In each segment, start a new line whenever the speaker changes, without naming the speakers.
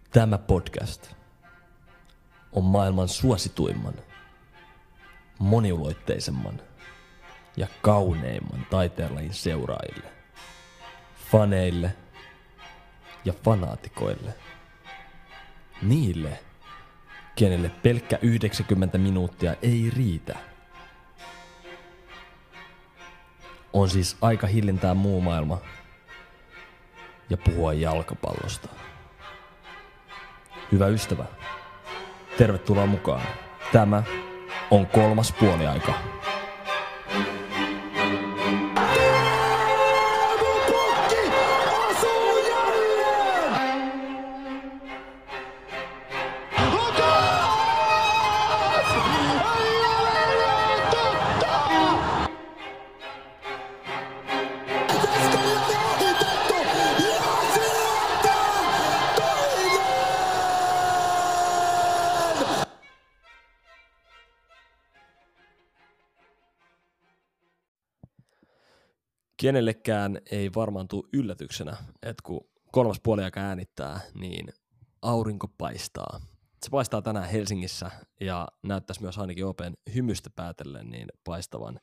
Tämä podcast on maailman suosituimman, moniuloitteisemman ja kauneimman taiteenlajin seuraajille, faneille ja fanaatikoille. Niille, kenelle pelkkä 90 minuuttia ei riitä. On siis aika hiljentää muu maailma ja puhua jalkapallosta. Hyvä ystävä, tervetuloa mukaan. Tämä on kolmas puoliaika. Kenellekään ei varmaan tule yllätyksenä, että kun kolmas puoliaika äänittää, niin aurinko paistaa. Se paistaa tänään Helsingissä ja näyttäisi myös ainakin Open hymystä päätellen niin paistavan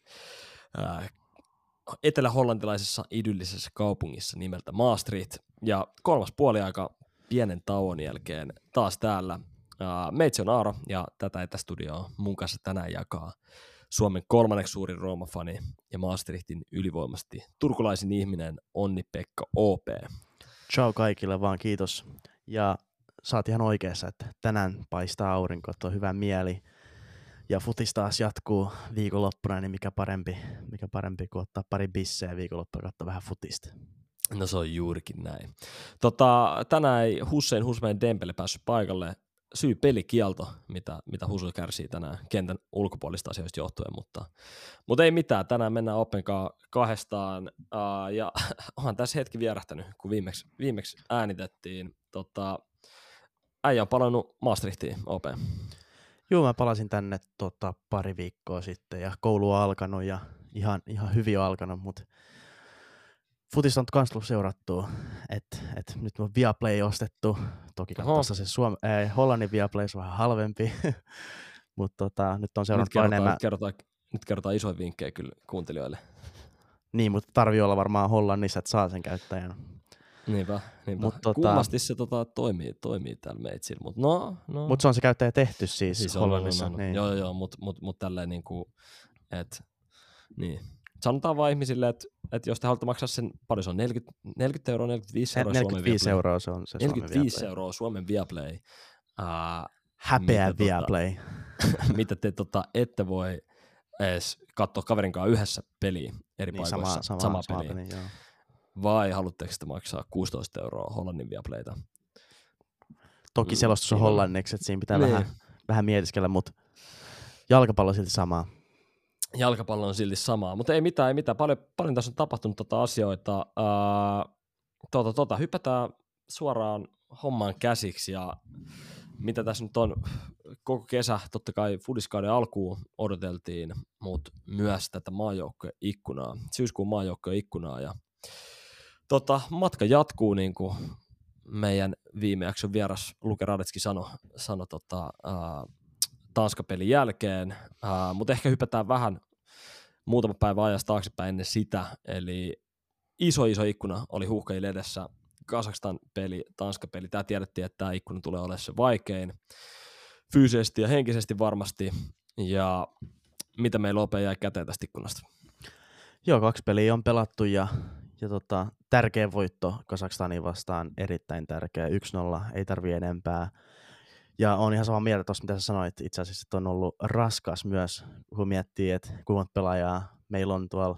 etelä-hollantilaisessa idyllisessä kaupungissa nimeltä Maastricht. Ja kolmas puoliaika pienen tauon jälkeen taas täällä. Meitsi on Aaro ja tätä etästudioa mun kanssa tänään jakaa Suomen kolmanneksi suurin Rooma-fani ja Maastrichtin ylivoimasti turkulaisin ihminen Onni-Pekka OP.
Ciao kaikille vaan, kiitos. Ja sä oot ihan oikeassa, että tänään paistaa aurinko, että on hyvä mieli. Ja futis taas jatkuu viikonloppuna, niin mikä parempi kuin ottaa pari bisseä viikonloppuna ja katsoa vähän futista.
No se on juurikin näin. Tänään ei Hussein Dembele päässyt paikalle. Syy pelikielto, mitä Husu kärsii tänään kentän ulkopuolista asioista johtuen, mutta ei mitään. Tänään mennään Openkaan kahdestaan ja onhan tässä hetki vierähtänyt, kun viimeksi äänitettiin. Äijä on palannut Maastrichtiin, OP.
Joo, mä palasin tänne pari viikkoa sitten ja koulu on alkanut ja ihan hyvin on alkanut, mutta futista on kans tullut seurattua, että nyt on Viaplay ostettu, toki katsossa se Hollannin Viaplay on vähän halvempi, mutta nyt on seurattu enemmän.
Nyt kerrotaan isoja vinkkejä kyllä kuuntelijoille.
Niin, mutta tarvii olla varmaan Hollannissa, että saa sen käyttäjän.
Niinpä. Kummasti se toimii täällä meitsillä, mutta no.
Mutta se on se käyttäjä tehty siis Hollannissa.
On. Niin. Joo, mutta tälleen niinku, että niin. Sanotaan vaan ihmisille, että jos te haluatte maksaa sen, paljon se on, 40 euroa, 45 euroa
45 euroa se on se
45 euroa Suomen Viaplay.
Häpeä Viaplay.
Mitä te ette voi edes katsoa kaverin kanssa yhdessä peliä eri paikoissa, sama peli.
Joo.
Vai haluatteko te maksaa 16 euroa Hollannin Viaplayta?
Toki selostus on hollanniksi, että siinä pitää vähän mietiskellä, mutta jalkapallo on silti samaa.
Jalkapallo on silti samaa, mutta ei mitään. Paljon tässä on tapahtunut asioita. Hypätään suoraan hommaan käsiksi ja mitä tässä nyt on koko kesä, totta kai fudiskauden alkuun odoteltiin, mutta myös tätä maajoukkoikkunaa, syyskuun maajoukkoikkunaa ja matka jatkuu niin kuin meidän viime jakson vieras Luke Radetski sanoi Tanska-pelin jälkeen, mutta ehkä hypätään vähän muutama päivä ajasta taaksepäin ennen sitä, eli iso ikkuna oli huuhkajille edessä, Kazakstan-peli, Tanska-peli, tämä tiedettiin, että tämä ikkuna tulee olemaan se vaikein, fyysisesti ja henkisesti varmasti, ja mitä meillä OP jäi käteen tästä ikkunasta?
Joo, 2 peliä on pelattu ja tärkeä voitto Kazakstaniin vastaan, erittäin tärkeä, 1-0, ei tarvii enempää. Ja on ihan samaa mieltä tuossa, mitä sä sanoit, itse asiassa, että on ollut raskas myös, kun miettii, että kuinka monta pelaajaa meillä on tuolla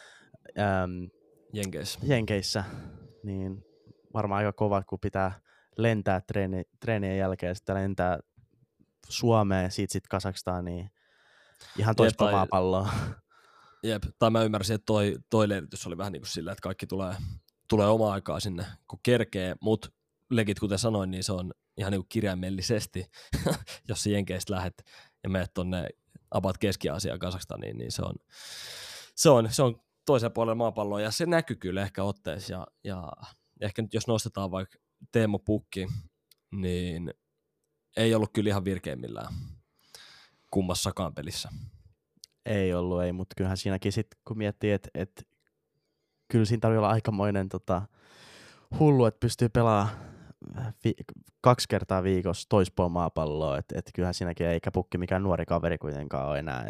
Jenkeissä, niin varmaan aika kova, kun pitää lentää treenien jälkeen ja sitten lentää Suomeen, siitä sitten Kazakstaniin, ihan toista maapalloa.
Jep, tai mä ymmärsin, että toi lehditys oli vähän niin kuin sillä, että kaikki tulee omaa aikaa sinne, kun kerkee, mutta legit, kuten sanoin, niin se on ihan niin kuin kirjaimellisesti, jos Jenkeistä lähdet ja menet tonne about Keski-Aasiaan Kazakstaniin, niin se on toisella puolella maapalloa, ja se näkyy kyllä ehkä otteessa, ja ehkä nyt jos nostetaan vaikka Teemu Pukki, niin ei ollut kyllä ihan virkeimmillään kummassakaan pelissä.
Ei ollut, ei, mutta kyllähän siinäkin sitten, kun miettii, että kyllä siinä tarvii olla aikamoinen hullu, että pystyy pelaamaan 2 kertaa viikossa toispuolella maapalloa, että kyllähän siinäkin eikä Pukki mikään nuori kaveri kuitenkaan ole enää.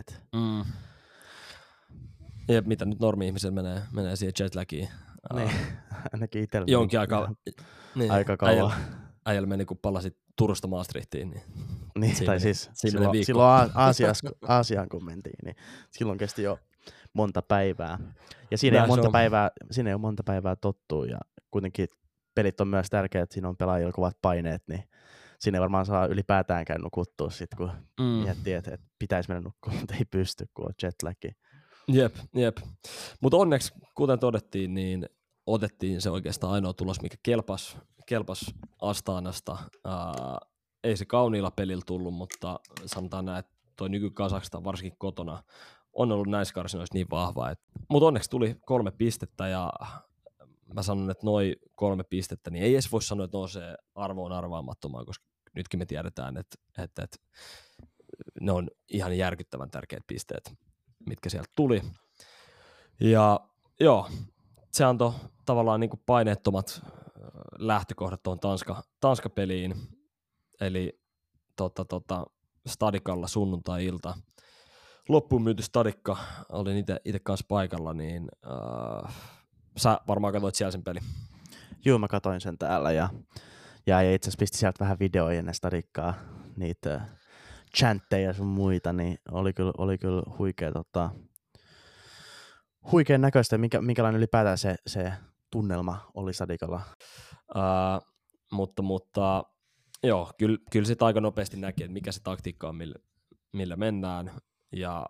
Ja mitä nyt normi-ihmisellä menee siihen jetlagiin.
Niin, ainakin itsellä
jonkin
aika kauan.
Äijällä meni, kun palasit Turusta Maastrichtiin.
Niin, tai siis silloin Aasiaan kun mentiin, niin silloin kesti jo monta päivää. Ja siinä ei ole monta päivää tottuu, ja kuitenkin pelit on myös tärkeät, että siinä on pelaajilla kovat paineet, niin siinä ei varmaan saa ylipäätäänkään nukuttua sit, kun miettii, että pitäisi mennä nukkumaan, mutta ei pysty, kun on jetlagi.
Jep. Mutta onneksi, kuten todettiin, niin otettiin se oikeastaan ainoa tulos, mikä kelpas Astanasta. Ei se kauniilla pelillä tullut, mutta sanotaan näin, että toi nyky-Kazakstan varsinkin kotona on ollut näissä karsinoissa niin vahva. Mutta onneksi tuli 3 pistettä ja mä sanon, että noi 3 pistettä, niin ei edes voi sanoa, että nousee arvoon arvaamattomaan, koska nytkin me tiedetään, että ne on ihan järkyttävän tärkeät pisteet, mitkä sieltä tuli. Ja joo, se antoi tavallaan niin kuin paineettomat lähtökohdat tuohon Tanska-peliin, eli Stadikalla sunnuntai-ilta. Loppuun myyty Stadikka, olin itse kanssa paikalla, niin sä varmaan katsoit siellä sen pelin.
Joo, mä katsoin sen täällä ja itse asiassa pistin sieltä vähän videoja ennen Stadikkaa, niitä chantteja ja sun muita, niin oli kyllä huikean näköistä. Minkälainen ylipäätään se tunnelma oli Stadikalla?
Mutta joo, kyllä sit aika nopeasti näki, että mikä se taktiikka on, millä mennään. Ja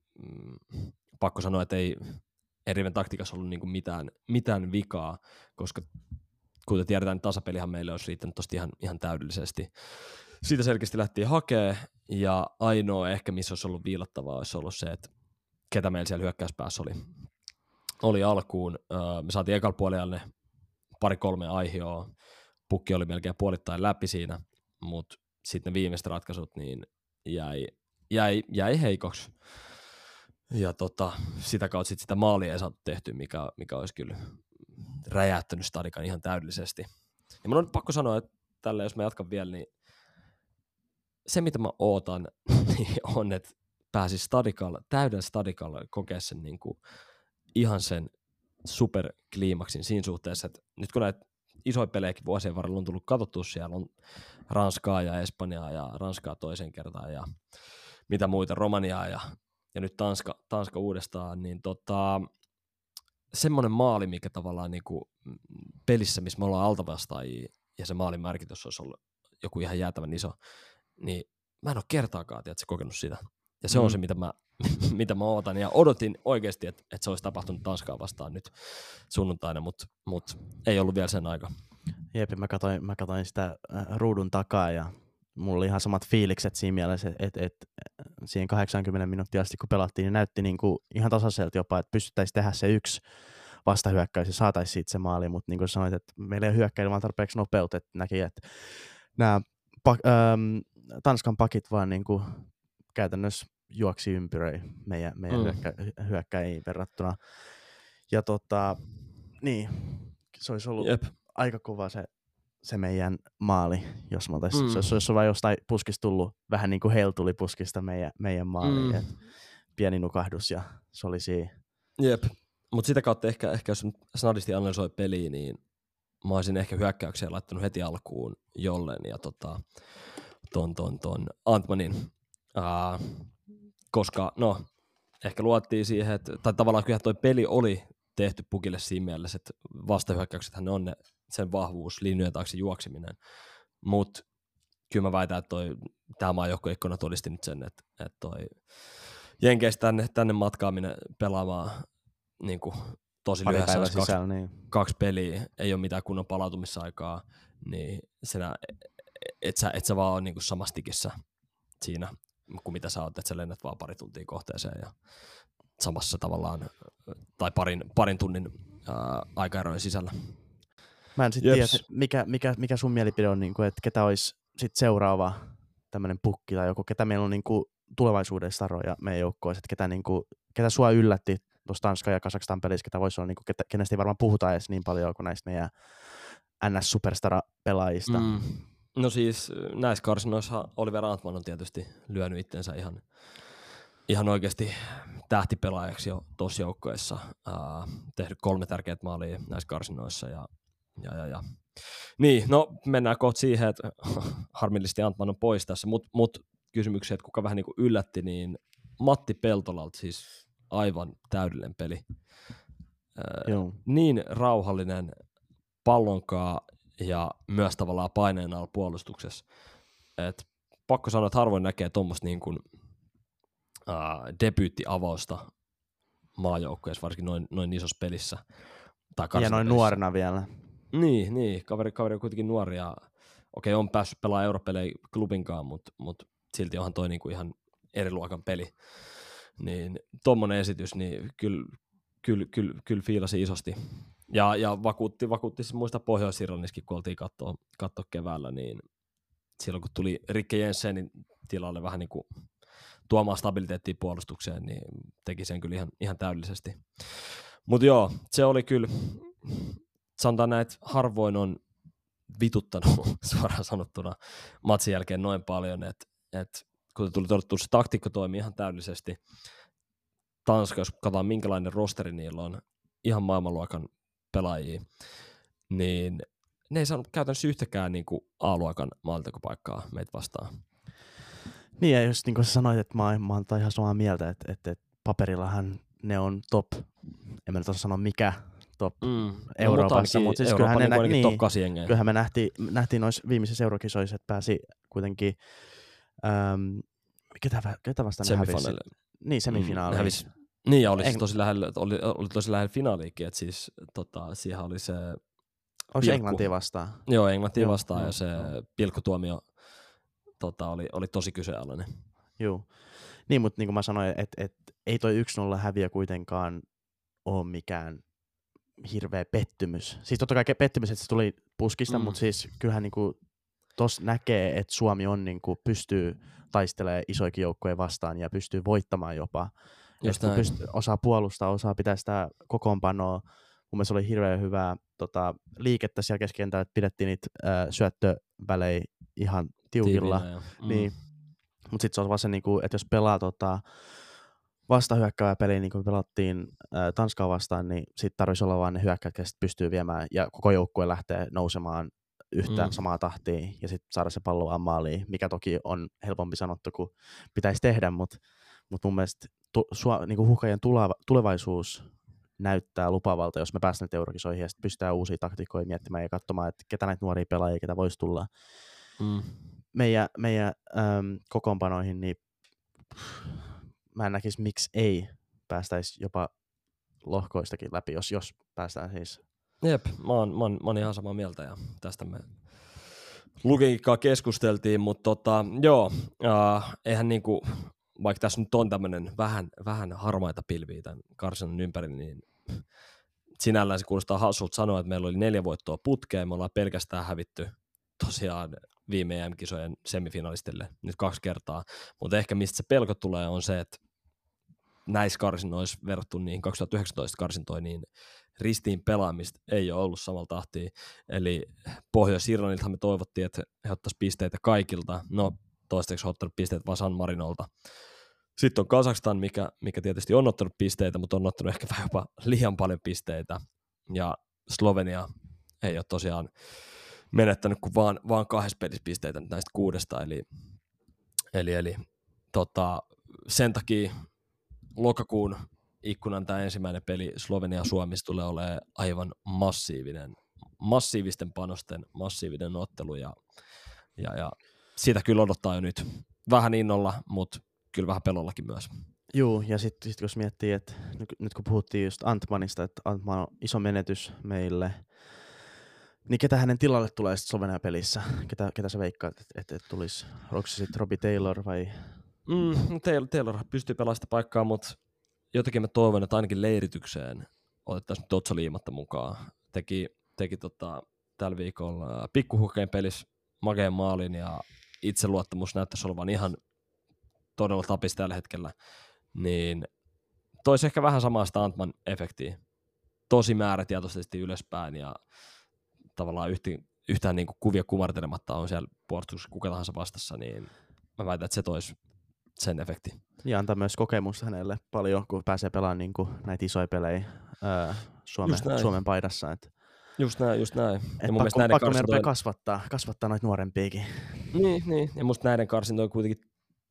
pakko sanoa, että ei Riven taktiikassa ollut niinku mitään vikaa, koska kuten tiedetään, niin tasapelihan meille olisi riittänyt tosta ihan täydellisesti. Siitä selkeästi lähtiin hakemaan, ja ainoa ehkä, missä olisi ollut viilattavaa, olisi ollut se, että ketä meillä siellä hyökkäyspäässä oli alkuun. Me saatiin ekalla puolella ne 2-3 aihioa. Pukki oli melkein puolittain läpi siinä, mutta sitten ne viimeiset ratkaisut niin jäi heikoksi. Ja sitä kautta sitä maalia ei saatu tehtyä, mikä olisi kyllä räjäyttänyt Stadikan ihan täydellisesti. Ja mun on pakko sanoa, että tällä jos mä jatkan vielä, niin se mitä mä ootan niin on, että pääsis täydellä Stadikalla kokea sen niin kuin ihan sen superkliimaksin siinä suhteessa, että nyt kun näitä isoja pelejäkin vuosien varrella on tullut katsottua, siellä on Ranskaa ja Espanjaa ja Ranskaa toisen kertaan ja mitä muita, Romaniaa ja nyt Tanska uudestaan, niin semmoinen maali, mikä tavallaan niinku pelissä, missä me ollaan altavastaajia ja se maalin merkitys olisi ollut joku ihan jäätävän iso, niin mä en ole kertaakaan kokenut sitä. Ja se on se, mitä mä ootan. Ja odotin oikeasti, että se olisi tapahtunut Tanskaa vastaan nyt sunnuntaina, mutta ei ollut vielä sen aika.
Jep, mä katsoin sitä ruudun takaa ja mulla oli ihan samat fiilikset siinä mielessä, että siihen 80 minuuttia asti kun pelattiin, niin näytti niinku ihan tasaiselta jopa, että pystyttäisiin tehdä se yksi vastahyökkäys ja saataisiin siitä se maali, mutta niin kuin sanoit, että meillä ei ole hyökkäillä vaan tarpeeksi nopeutta, että näki, että nämä Tanskan pakit vaan niinku käytännössä juoksi ympyröi meidän hyökkäjiin verrattuna. Ja niin, se olisi ollut aika kova se meidän maali, jos me se olisi vain jostain puskista tullut, vähän niin kuin heillä tuli puskista meidän maaliin, että pieni nukahdus ja se oli siinä.
Jep, mutta sitä kautta ehkä jos snadisti analysoi peliä, niin mä olisin ehkä hyökkäykseen laittanut heti alkuun Jollen ja ton Antmanin, koska no, ehkä luottiin siihen, tai tavallaan kyllähän toi peli oli tehty Pukille siinä mielessä, että vastahyökkäyksethän on sen vahvuus, linjojen taakse juokseminen, mutta kyllä mä väitän, että tämä maajoukko ikkona todisti nyt sen, että toi Jenkeistä tänne matkaaminen pelaamaan niin kuin tosi lyhyessä kaksi peliä, ei ole mitään kunnon palautumisaikaa, niin et sä vaan ole niin kuin samassa tikissä siinä, kuin mitä sä oot, että sä lennät vaan pari tuntia kohteeseen ja samassa tavallaan, tai parin tunnin aikaerojen sisällä.
Mä en sitten tiedä, mikä sun mielipide on, niinku, että ketä olisi sit seuraava tämmöinen pukki tai joku, ketä meillä on niinku tulevaisuuden staroja meidän joukkoissa, että ketä sua yllätti tuossa Tanskan ja Kazakstan pelissä, ketä voisi olla, niinku, kenestä ei varmaan puhuta edes niin paljon kuin näistä meidän NS-superstara-pelaajista.
No siis näissä karsinoissa Oliver Antman on tietysti lyönyt itsensä ihan oikeasti tähtipelaajaksi jo tuossa joukkueessa. Tehnyt 3 tärkeää maalia näissä karsinoissa ja. Niin, no mennään kohta siihen, että harmillisesti Antman on pois tässä, mutta kysymyksiä, että kuka vähän niin kuin yllätti, niin Matti Peltolalta siis aivan täydellinen peli. Niin rauhallinen pallonkaa ja myös tavallaan paineen alla puolustuksessa. Et pakko sanoa, että harvoin näkee tuommoista niin kuin debyyttiavausta maajoukkueessa, varsinkin noin isossa pelissä.
Ja noin nuorena vielä.
Niin, kaveri on kuitenkin nuori ja okei, on päässyt pelaamaan europelejä klubinkaan, mutta silti onhan toi niinku ihan eri luokan peli. Niin tommonen esitys, niin kyllä fiilasi isosti. Ja vakuutti siis muista Pohjois-Irlannissakin, kun oltiin katsoa keväällä, niin silloin kun tuli Rikke Jensenin tilalle vähän niin kuin tuomaan stabiliteettia puolustukseen, niin teki sen kyllä ihan täydellisesti. Mutta joo, se oli kyllä, sanotaan näin, että harvoin on vituttanut suoraan sanottuna matsin jälkeen noin paljon, että kun tuli todettu, se taktiikka toimii ihan täydellisesti. Tanska, jos katsotaan minkälainen rosteri niillä on, ihan maailmanluokan pelaajia, niin ne ei saanut käytännössä yhtäkään niin kuin A-luokan maalintekopaikkaa meitä vastaan.
Niin, ja just niin kuin sä sanoit, että mä oon ihan samaa mieltä, että paperillahan ne on top, en mä nyt osaa sanoa mikä top Euroopassa, mutta siis kyllähän me nähtiin noissa viimeisissä eurokisoissa, että pääsi kuitenkin, ketä vastaan ne hävisi? Niin, semifinaaliin.
Niin, ja oli siis tosi lähellä finaaliikin, että siis siihen oli se
onko se Englantia vastaan?
Joo, Englantia vastaan, ja se pilkkutuomio oli tosi kyseenalainen.
Joo. Niin, mutta niin kuin mä sanoin, että ei toi 1-0 häviö kuitenkaan ole mikään hirveä pettymys. Siis totta kai pettymys, että se tuli puskista, mutta siis kyllähän niinku tossa näkee, että Suomi on niinku pystyy taistelemaan isoikin joukkoja vastaan ja pystyy voittamaan jopa. Osaa puolustaa, osaa pitää sitä kokoonpanoa. Mun mielestä oli hirveän hyvää liikettä siellä keskikentällä, että pidettiin niitä syöttövälejä ihan tiukilla. Niin. Mutta sitten se on vaan se, niinku, että jos pelaa vastahyökkäävää peliä, niin kuin pelattiin Tanskaa vastaan, niin sitten tarvitsisi olla vaan ne hyökkäät, jotka pystyy viemään, ja koko joukkue lähtee nousemaan yhtä samaa tahtia, ja sitten saada se pallo vaan maaliin, mikä toki on helpompi sanottu kuin pitäisi tehdä, mutta mun mielestä niinku Huuhkajien tulevaisuus näyttää lupaavalta, jos me päästään nyt eurokisoihin, ja sitten pystytään uusia taktiikoja miettimään ja katsomaan, että ketä näitä nuoria pelaajia, ketä voisi tulla meidän kokoonpanoihin, niin mä en näkisi, miksi ei päästäisi jopa lohkoistakin läpi, jos päästään siis.
Jep, mä oon ihan samaa mieltä, ja tästä me Lukenkaan keskusteltiin, mutta eihän niinku, vaikka tässä nyt on tämmöinen vähän harmaita pilviä tämän karsinan ympäri, niin sinällään se kuulostaa hassulta sanoa, että meillä oli 4 voittoa putkeen, me ollaan pelkästään hävitty tosiaan viime EM-kisojen semifinalistille nyt 2 kertaa, mutta ehkä mistä se pelko tulee on se, että näissä karsinoissa verrattuna niihin 2019 karsintoihin, niin ristiin pelaamista ei ole ollut samalla tahtia, eli Pohjois-Irlanniltahan me toivottiin, että he ottaisivat pisteitä kaikilta, no toistaiseksi he ottanut pisteitä vaan San Marinolta. Sitten on Kazakstan, mikä tietysti on ottanut pisteitä, mutta on ottanut ehkä vähän jopa liian paljon pisteitä, ja Slovenia ei ole tosiaan menettänyt kuin vaan 2 pelissä pisteitä näistä 6, eli sen takia lokakuun ikkunan tämä ensimmäinen peli Slovenia-Suomessa tulee olemaan aivan massiivisten panosten massiivinen ottelu, ja sitä kyllä odottaa jo nyt vähän innolla, mutta kyllä vähän pelollakin myös.
Joo, ja sitten jos miettii, että nyt kun puhuttiin just Antmanista, että Antman on iso menetys meille, niin ketä hänen tilalle tulee sitten Slovenia-pelissä? Ketä sä veikkaat, että tulisi? Onko se sitten Robbie Taylor vai?
Taylor pystyy pelaamaan sitä paikkaa, mutta jotenkin mä toivon, että ainakin leiritykseen otettaisiin Totsaliimatta mukaan. Teki tällä viikolla pikkuhuhkeen pelissä makeen maalin ja itseluottamus näyttäisi olevan ihan todella tapis tällä hetkellä, niin toisi ehkä vähän samaa sitä Antman-efektiä. Tosi määrätietoisesti ylöspäin ja tavallaan yhtään niin kuin kuvia kumartelematta on siellä puolustuksessa kuka tahansa vastassa, niin mä väitän, että se toisi sen efekti.
Ja antaa myös kokemusta hänelle paljon, kun pääsee pelaamaan niin kuin näitä isoja pelejä Suomen paidassa.
Just näin.
Ja mun pakko me rupeaa kasvattaa noita nuorempiakin.
Niin. Ja musta näiden karsintojen on kuitenkin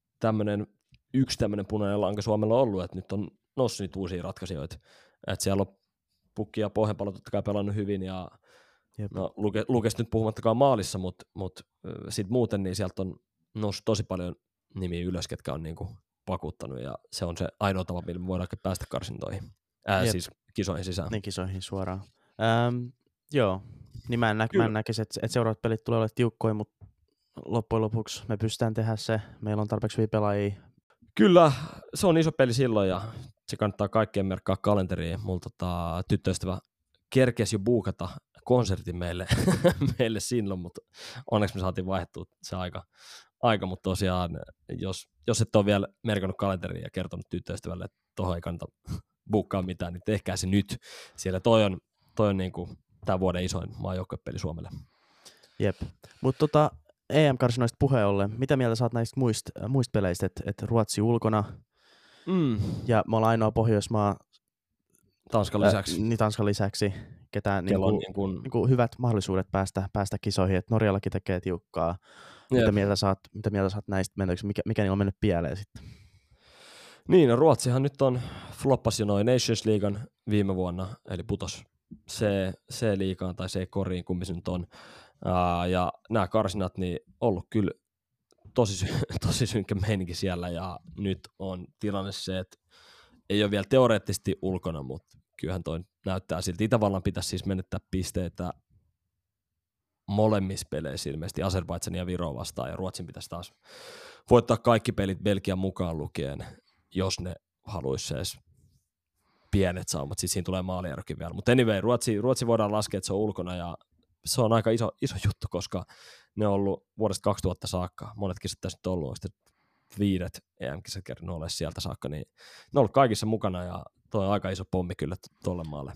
yksi tämmöinen punainen lanka Suomella on ollut, että nyt on noussut niitä uusia ratkaisijoita. Että siellä on Pukki ja Pohjanpalo totta kai pelannut hyvin ja no, Lukes nyt puhumattakaan maalissa, mutta sitten muuten niin sieltä on noussut tosi paljon nimiä ylös, ketkä on niinku vakuuttanut ja se on se ainoa tapa, millä me voidaan päästä karsintoihin. Siis kisoihin sisään.
Niin, kisoihin suoraan. Joo, niin mä en näkisi, että seuraavat pelit tulee olemaan tiukkoja, mutta loppujen lopuksi me pystytään tehdä se. Meillä on tarpeeksi hyviä pelaajia. Kyllä,
se on iso peli silloin ja se kannattaa kaikkien merkkaa kalenteriin. Mulla tyttöystävä kerkesi jo buukata konsertin meille silloin, mutta onneksi me saatiin vaihdettua se aika, mutta tosiaan, jos et ole vielä merkannut kalenteriin ja kertonut tyttöystävälle, että tuohon ei kannata buukkaa mitään, niin tehkää se nyt. Siellä toi on niin kuin tämän vuoden isoin maajoukkuepeli Suomelle.
Jep, mutta EM-karsinoista puheen ollen, mitä mieltä saat näistä muista peleistä, että Ruotsi ulkona ja me ollaan ainoa Pohjoismaa Tanskan lisäksi, ketä niinku hyvät mahdollisuudet päästä kisoihin, että Norjallakin tekee tiukkaa. Mitä mieltä saat näistä, mikä niillä on mennyt pieleen sitten?
Niin, no Ruotsihan nyt floppasi jo noin Nations Leaguean viime vuonna, eli putos C-liigaan tai C-koriin, kummin se nyt on. Ja nämä karsinat niin ollut kyllä tosi synkkä meininki siellä, ja nyt on tilanne se, että ei ole vielä teoreettisesti ulkona, mutta kyllähän toi näyttää siltä. Itävallan pitäisi siis menettää pisteitä molemmissa peleissä ilmeisesti Azerbaidžania ja Viroa vastaan, ja Ruotsin pitäisi taas voittaa kaikki pelit Belgian mukaan lukien, jos ne haluaisi edes pienet saumat. Siis siinä tulee maalierokin vielä. Mutta anyway, Ruotsi voidaan laskea, että se on ulkona, ja se on aika iso juttu, koska ne on ollut vuodesta 2000 saakka. Monet kisat tässä nyt on ollut, sitten 5 EM-kisat kerran ole sieltä saakka, niin ne on ollut kaikissa mukana, ja toi on aika iso pommi kyllä tolle maalle.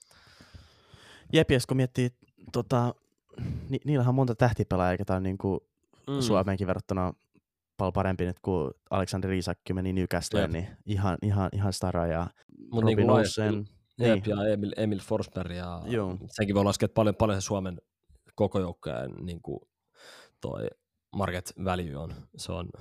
Jep, jos kun miettii, niillähän on monta tähtipelaajaa, eikä tämä niinku Suomeenkin verrattuna paljon parempi nyt, kun Alexander Isak meni Newcastleen, niin ihan stara, ja Robin Olsen.
Jep, ja Emil Forsberg, ja senkin voi laskea, että paljon se Suomen koko joukkojen niin kuin toi market value on. Se on,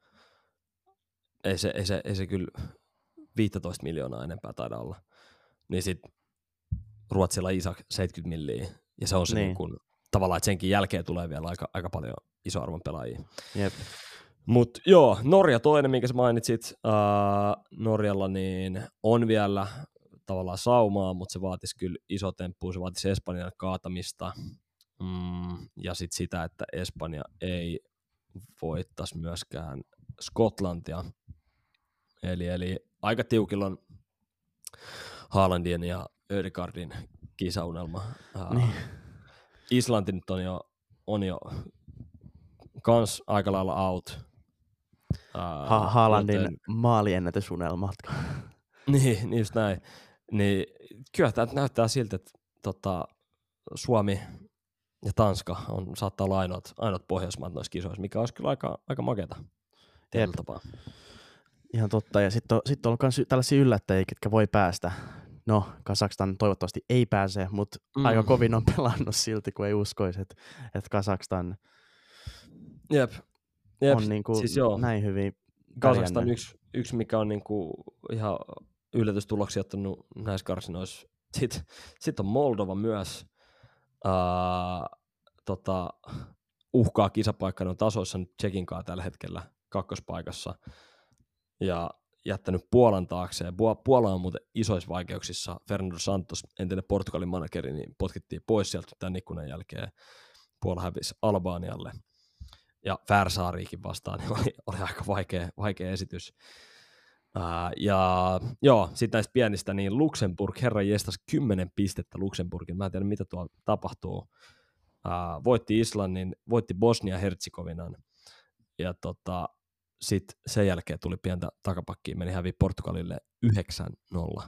ei se kyllä 15 miljoonaa enempää taida olla. Niin sit Ruotsilla Isak 70 milliä, ja se on se niin kuin, tavallaan, että senkin jälkeen tulee vielä aika paljon isoarvon pelaajia.
Jep.
Mut joo, Norja toinen, minkä sä mainitsit, Norjalla niin on vielä tavallaan saumaa, mutta se vaatisi kyllä iso temppu, se vaatisi Espanjan kaatamista, ja sitten sitä, että Espanja ei voittaisi myöskään Skotlantia. Eli aika tiukilla on Haalandin ja Ödegaardin kisaunelma. Islanti nyt on jo kans aika lailla out.
Haalandin maaliennätysunelmat.
Niin just näin. Niin, kyllä tämä näyttää siltä, että Suomi ja Tanska saattaa olla ainoat Pohjoismaat noissa kisoissa, mikä olisi kyllä aika makeata. Tapaa.
Ihan totta. Ja sitten on myös tällaisia yllättäjiä, jotka voi päästä. No, Kazakstan toivottavasti ei pääse, mutta aika kovin on pelannut silti, kun ei uskoisi, että Kazakstan on niinku siis näin hyvin.
Kazakstan yksi, mikä on niinku ihan yllätystuloksia ottanut näissä karsinoissa. Sitten on Moldova myös. Uhkaa kisapaikkana on tasoissa nyt Tšekin kanssa tällä hetkellä kakkospaikassa. Ja jättänyt Puolan taakseen. Puola on muuten isoissa vaikeuksissa. Fernando Santos, entinen Portugalin manageri, niin potkittiin pois sieltä tämän ikkunan jälkeen. Puola hävisi Albanialle. Ja Färsaariikin vastaan niin oli aika vaikea esitys. Ja joo, sitten näistä pienistä, niin Luxemburg, herran jestas 10 pistettä Luxemburgin. Mä en tiedä, mitä tuolla tapahtuu. voitti Islannin, voitti Bosnia-Herzegovinan ja sitten sen jälkeen tuli pientä takapakkiin, meni häviä Portugalille 9-0.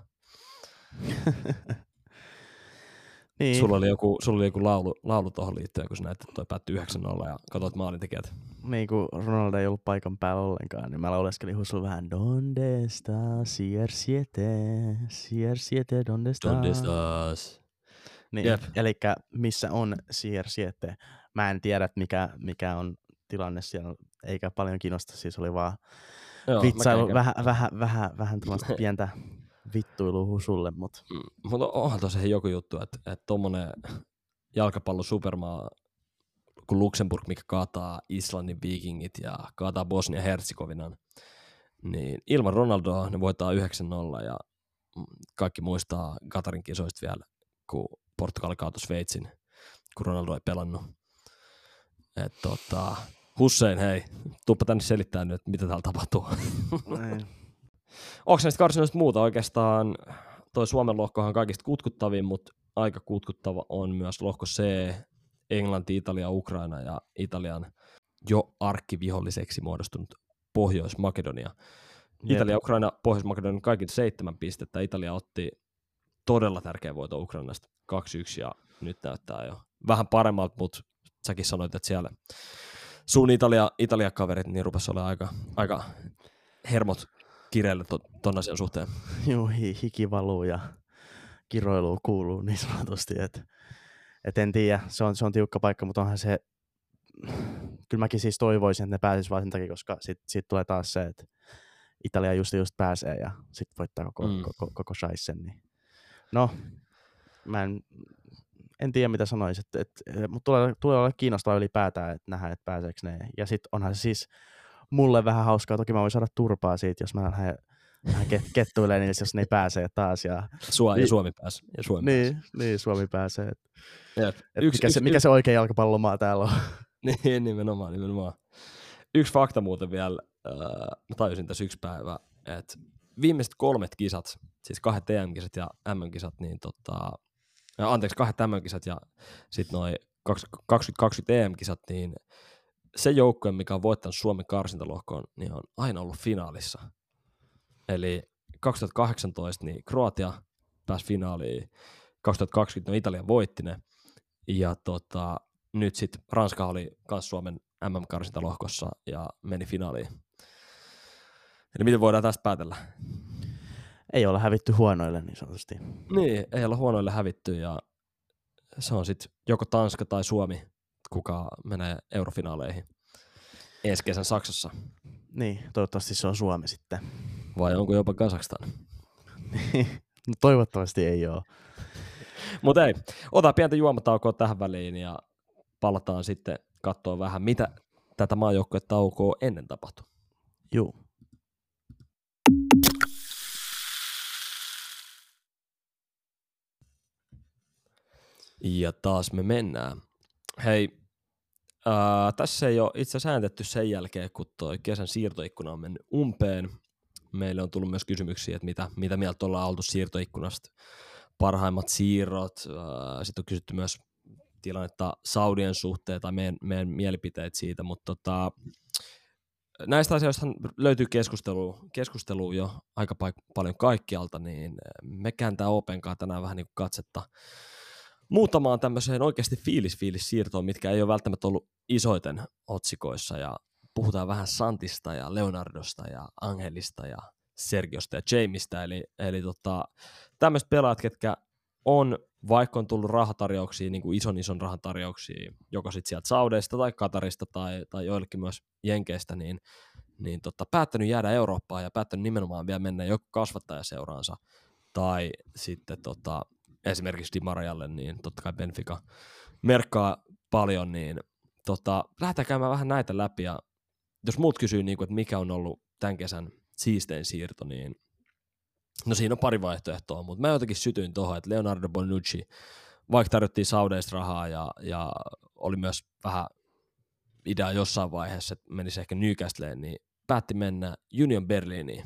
Niin.
Sulla oli joku laulu tuohon liittyen, kun sä näet, että toi päättyi 9-0 ja katsoit maalintekijät.
Niin kuin Ronaldo ei ollut paikan päällä ollenkaan, niin mä lauleskelin Husulla vähän Donde está CR7, CR7, donde está?
Donde estás?
Niin, elikkä missä on CR7? Mä en tiedä, että mikä on tilanne siellä, eikä paljon kiinnosta, siis oli vaan vitsailu, vähän tällaista pientä vittuilua Husulle, mutta
onhan tosiaan joku juttu, että tommonen jalkapallon supermaa kuin Luxemburg, mikä kaataa Islannin Vikingit ja kaataa Bosnia-Herzegovinan, niin ilman Ronaldoa ne voittaa 9-0 ja kaikki muistaa Qatarin kisoista vielä, kun Portugali kaatoi Sveitsin, kun Ronaldo ei pelannut. Hussein, hei, tuuppa tänne selittää nyt, mitä täällä tapahtuu. Onko näistä karsinoista muuta oikeastaan? Toi Suomen lohkohan on kaikista kutkuttavin, mutta aika kutkuttava on myös lohko C, Englanti, Italia, Ukraina ja Italian jo arkkiviholliseksi muodostunut Pohjois-Makedonia. Italia, Ukraina, Pohjois-Makedonia kaikki 7 pistettä. Italia otti todella tärkeän voiton Ukrainasta 2-1 ja nyt näyttää jo vähän paremmalta, mutta säkin sanoit, että siellä sun Italia-kaverit niin rupesi olemaan aika hermot kireille ton asian suhteen.
Joo, hiki valuu ja kiroilu kuuluu niin sanotusti, että en tiedä, se on tiukka paikka, mutta onhan se, kyllä mäkin siis toivoisin, että ne pääsisivät vaan sen takia, koska sit tulee taas se, että Italia just pääsee ja sitten voittaa koko shaisen. Niin. No, mä en tiedä mitä sanoisin, mutta tulee olla kiinnostavaa ylipäätään, että nähdään, että pääseekö ne. Ja sitten onhan se siis mulle vähän hauskaa, toki mä voin saada turpaa siitä, jos mä lähden kettuilemaan niissä, jos ne ei pääse taas. Ja
Suomi pääsee.
Niin, Suomi pääsee.
Mikä
se oikea jalkapallomaa täällä on?
Niin, nimenomaan. Yksi fakta muuten vielä, mä tajusin tässä yksi päivä, että viimeiset 3 kisat, siis 2 TM-kisat ja MM-kisat, niin 2 MM-kisat ja sitten noin 2020 EM-kisat, niin se joukkue, mikä on voittanut Suomen karsintalohkoon, niin on aina ollut finaalissa. Eli 2018 niin Kroatia pääsi finaaliin, 2020 Italia voitti ne, ja nyt sitten Ranska oli myös Suomen MM-karsintalohkossa ja meni finaaliin. Eli miten voidaan tästä päätellä?
Ei olla hävitty huonoille niin sanotusti.
Niin, ei olla huonoille hävitty ja se on sitten joko Tanska tai Suomi, kuka menee eurofinaaleihin ensi kesän Saksassa.
Niin, toivottavasti se on Suomi sitten.
Vai onko jopa Kazakstan?
No, toivottavasti ei ole.
Mutta ei, ota pientä juomataukoa tähän väliin ja palataan sitten katsoa vähän, mitä tätä maajoukkuetaukoa ennen tapahtui.
Juu.
Ja taas me mennään. Hei, tässä ei ole itse asiassa ääntetty sen jälkeen, kun toi kesän siirtoikkuna on mennyt umpeen. Meille on tullut myös kysymyksiä, että mitä mieltä ollaan oltu siirtoikkunasta. Parhaimmat siirrot. Sitten on kysytty myös tilannetta Saudien suhteen tai meidän mielipiteet siitä, mutta näistä asioista löytyy keskustelua jo aika paljon kaikkialta, niin me kääntää Openkaan tänään vähän niin kuin katsetta muutamaan tämmöiseen oikeasti fiilis-siirtoon, mitkä ei ole välttämättä ollut isoiten otsikoissa, ja puhutaan vähän Santista ja Leonardosta ja Angelista ja Sergiosta ja Jamista, eli tämmöiset pelaajat, ketkä on, vaikka on tullut rahatarjouksia, niin kuin ison rahatarjouksia, joko sitten sieltä Saudeista tai Katarista tai joillekin myös Jenkeistä, niin päättänyt jäädä Eurooppaan ja päättänyt nimenomaan vielä mennä joko kasvattajaseuraansa tai sitten esimerkiksi Di Marialle, niin totta kai Benfica merkkaa paljon, niin lähdetään käymään vähän näitä läpi, ja jos muut kysyy, niin kuin, että mikä on ollut tämän kesän siistein siirto, niin no siinä on pari vaihtoehtoa, mutta mä jotenkin sytyin tuohon, että Leonardo Bonucci, vaikka tarjottiin Saudeista rahaa ja oli myös vähän idea jossain vaiheessa, että menisi ehkä Newcastleen, niin päätti mennä Union Berliniin.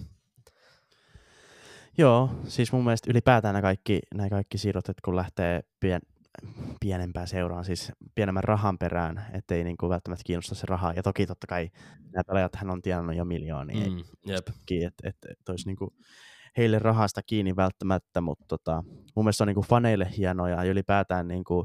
Joo, siis mun mielestä ylipäätään nämä kaikki siirrot, että kun lähtee pienempään seuraan, siis pienemmän rahan perään, ettei niin kuin välttämättä kiinnosta se raha. Ja toki totta kai nämä pelaajat hän on tienannut jo miljoonia,
Jep.
että olisi niin kuin heille rahasta kiinni välttämättä, mutta mun mielestä se on niin kuin faneille hienoa ja ylipäätään niin kuin,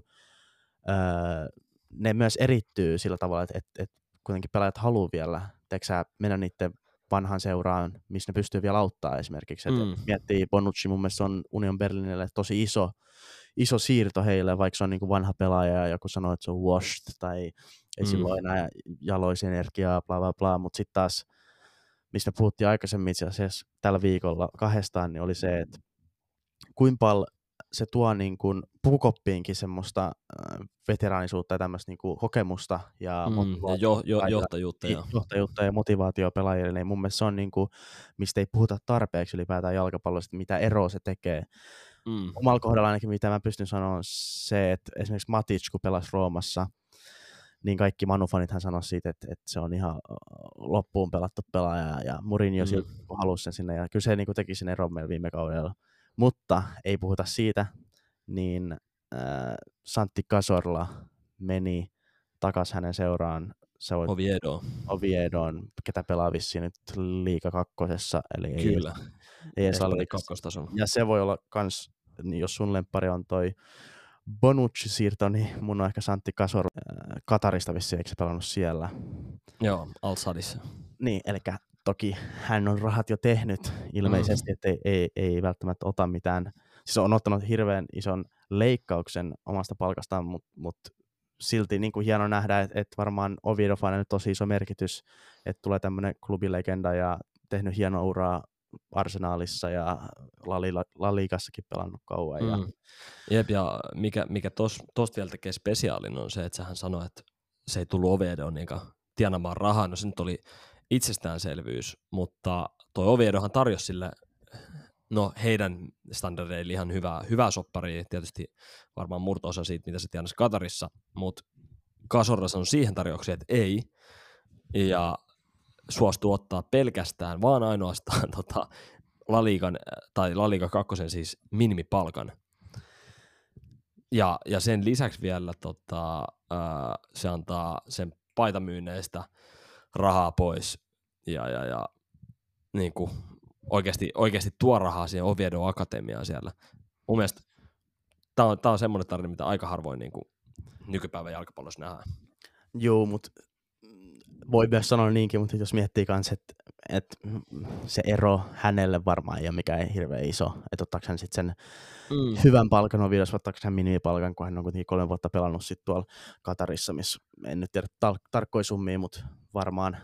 ne myös erittyy sillä tavalla, että kuitenkin pelaajat haluaa vielä mennä niiden vanhan seuraan, missä ne pystyy vielä auttaa esimerkiksi. Miettii Bonucci, mun mielestä on Union Berlinille tosi iso siirto heille, vaikka se on niin kuin vanha pelaaja ja joku sanoo, että se on washed tai ei sillä ole enää jaloisenergiaa, bla bla bla, mutta sitten taas, mistä puhuttiin aikaisemmin itse asiassa tällä viikolla kahdestaan, niin oli se, että kuinka paljon se tuo niin kuin pukukoppiinkin semmoista veteraanisuutta ja tämmöistä niin kuin kokemusta ja johtajuutta ja motivaatio pelaajille, niin mun mielestä se on niin kuin, mistä ei puhuta tarpeeksi ylipäätään jalkapallosta, mitä eroa se tekee. Omalla kohdalla ainakin, mitä mä pystyn sanoa, se, että esimerkiksi Matic, kun pelasi Roomassa, niin kaikki Manu-fanithan sanoi siitä, että se on ihan loppuun pelattu pelaaja, ja Mourinho silti halusi sen sinne, ja kyllä se niin kuin teki sen eron meillä viime kaudella. Mutta ei puhuta siitä, niin Santi Cazorla meni takaisin hänen seuraan. Oviedoon, ketä pelaa vissiin nyt Liiga 2, eli
kyllä.
ei edes kakkostasolla. Ja se voi olla kans, niin jos sun lemppari on toi Bonucci-siirto, niin mun on ehkä Santi Cazorla Katarista vissiin, eikö se pelannut siellä?
Joo, Al-Sadissa.
Niin, eli toki hän on rahat jo tehnyt ilmeisesti, että ei välttämättä ota mitään. Siis on ottanut hirveän ison leikkauksen omasta palkastaan, mutta silti niin kuin hieno nähdä, että varmaan Oviedo-faneille nyt tosi iso merkitys, että tulee tämmöinen klubilegenda ja tehnyt hienoa uraa Arsenalissa ja La Ligassakin pelannut kauan.
Jep, ja mikä tosta vielä tekee spesiaalin on se, että sähän sanoi, että se ei tullut Oviedoon niin tienamaan rahaa, no se nyt oli itsestäänselvyys, mutta toi Oviedohan tarjosi sille heidän standardeille ihan hyvää sopparia, tietysti varmaan murto-osa siitä, mitä se tienasi Katarissa, mutta Cazorla sanoi siihen tarjoukseen, että ei, ja suostuu ottaa pelkästään, vaan ainoastaan La Ligan, tai La Liga 2 siis minimipalkan. Ja sen lisäksi vielä se antaa sen paitamyynneistä rahaa pois ja niin kuin oikeasti tuo rahaa siihen Oviedo Akatemiaan siellä. Mun mielestä tää on semmoinen tarina, mitä aika harvoin niin kuin nykypäivän jalkapallossa nähdään.
Joo, mutta voi myös sanoa niinkin, mutta jos miettii kans, että se ero hänelle varmaan ei ole mikään hirveän iso, että ottaako hän sitten sen hyvän palkan Oviedossa, vai ottaako hän minimipalkan, kun hän on kuitenkin 3 vuotta pelannut sitten tuolla Katarissa, missä en nyt tiedä tarkkoja summia, mutta varmaan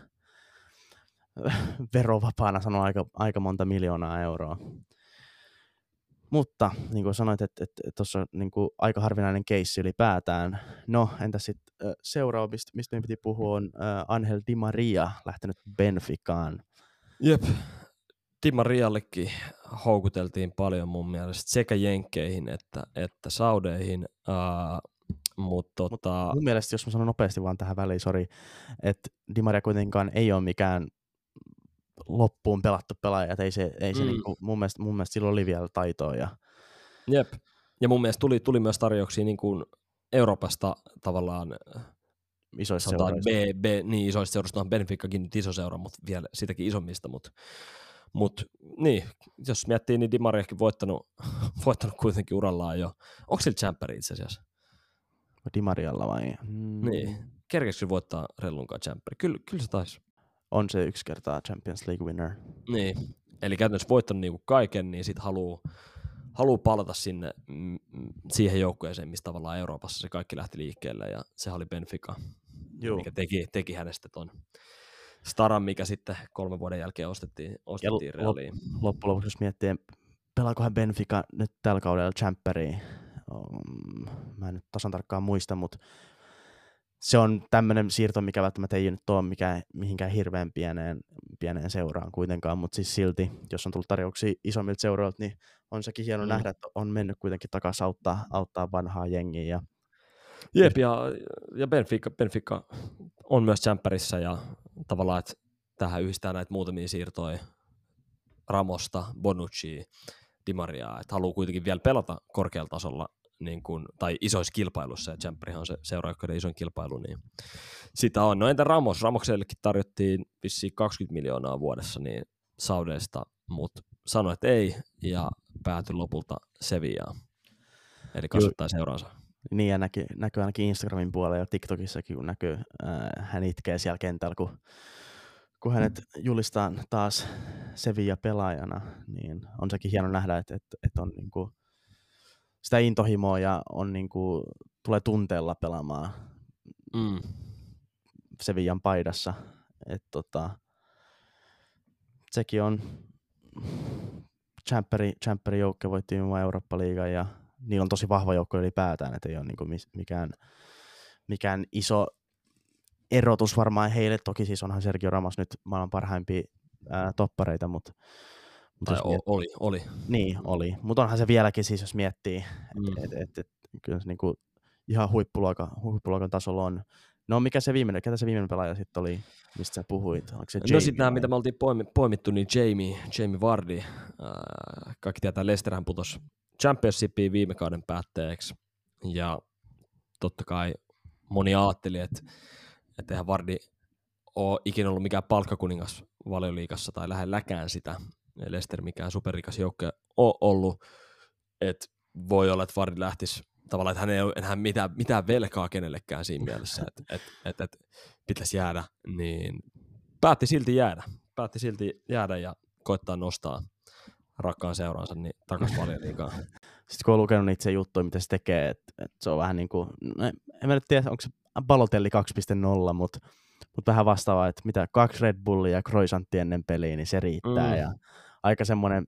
verovapaana sanoo aika monta miljoonaa euroa. Mutta niin kuin sanoit, että tuossa on niin kuin aika harvinainen keissi ylipäätään. No, entäs sitten seuraava, mistä me piti puhua, on Angel Di Maria lähtenyt Benficaan.
Jep, Di Mariallekin houkuteltiin paljon mun mielestä sekä jenkkeihin että saudeihin. Mutta
mun mielestä, jos mä sanon nopeasti vaan tähän väliin, sori, että Di Maria kuitenkaan ei ole mikään loppuun pelattu pelaaja, että ei se niinku, mun mielestä sillä oli vielä taitoa.
Jep, ja mun mielestä tuli myös tarjouksia niin kuin Euroopasta tavallaan
isoista seuroista.
Niin isoista seuroista, on Benficakin nyt iso seura, mutta vielä sitäkin isommista, mutta niin, jos miettii, niin Di Mariakin voittanut kuitenkin urallaan jo. Onko sillä championi itse asiassa?
Di Marialla vai?
Niin, kerkesikö voittaa rellunkaan championi? Kyllä se taisi.
On se 1 kertaa Champions League winner.
Niin, eli käytännössä voittanut niinku kaiken, niin sitten haluaa palata sinne siihen joukkueeseen, mistä tavallaan Euroopassa se kaikki lähti liikkeelle, ja se oli Benfica, mikä teki hänestä ton staran, mikä sitten 3 vuoden jälkeen ostettiin Realiin.
Loppujen lopuksi, jos miettii, pelaakohan Benfica nyt tällä kaudella Champeria? Mä en nyt tasan tarkkaan muista, mutta se on tämmöinen siirto, mikä välttämättä ei nyt ole mihinkään hirveän pieneen seuraan kuitenkaan, mutta siis silti, jos on tullut tarjouksia isommilta seuroilta, niin on sekin hieno nähdä, että on mennyt kuitenkin takaisin auttaa vanhaa jengiä.
Jep, ja Benfica on myös Champerissa, ja tavallaan, että tähän yhdistää näitä muutamia siirtoja Ramosta, Bonucci, Di Mariaa, että haluaa kuitenkin vielä pelata korkealla tasolla niin kuin, tai isoissa kilpailuissa, ja Champerihan on se seuraajoukkueiden isoin kilpailu, niin sitä on. No entä Ramos? Ramoksellekin tarjottiin vissiin 20 miljoonaa vuodessa niin Saudeista, mutta sanoi, että ei, ja päätyi lopulta Sevillaan. Eli kasvattaa seuraansa.
Niin, ja näkyy ainakin Instagramin puolella ja TikTokissakin, kun näkyy, hän itkee siellä kentällä, kun hänet julistaa taas Sevilla-pelaajana, niin on sekin hieno nähdä, että on niinku sitä intohimoa ja on niinku, tulee tunteella pelaamaan Sevillan paidassa. Sekin on Champeri joukko voitti Eurooppa-liigan ja niillä on tosi vahva joukko ylipäätään, että ei ole niinku mikään iso erotus varmaan heille. Toki siis onhan Sergio Ramos nyt maailman parhaimpia toppareita, mutta
oli.
Niin, oli. Mutta onhan se vieläkin siis, jos miettii, että kyllä se niinku ihan huippuluokan tasolla on. No ketä se viimeinen pelaaja sitten oli, mistä sä puhuit? Onko se Jamie?
No sitten nämä, mitä me oltiin poimittu, niin Jamie Vardy. Kaikki tietää, Leicesterhän putosi Championshipiin viime kauden päätteeksi. Ja totta kai moni ajatteli, että eihän Vardy ole ikinä ollut mikään palkkakuningas Valioliigassa tai lähelläkään sitä. Leicester mikään superrikas joukko ole ollut. Että voi olla, että Vardy lähtisi tavallaan, että hän ei ole enää mitään velkaa kenellekään siinä mielessä, että pitäisi jäädä, niin päätti silti jäädä ja koittaa nostaa rakkaan seuraansa niin takaisin Valioliigaan.
Sitten kun on lukenut niitä se juttuja, mitä se tekee, että se on vähän niin kuin, en mä nyt tiedä, onko se Balotelli 2.0, mutta vähän vastaavaa, että mitä 2 Red Bullia ja croissantti ennen peliä, niin se riittää. Ja aika semmoinen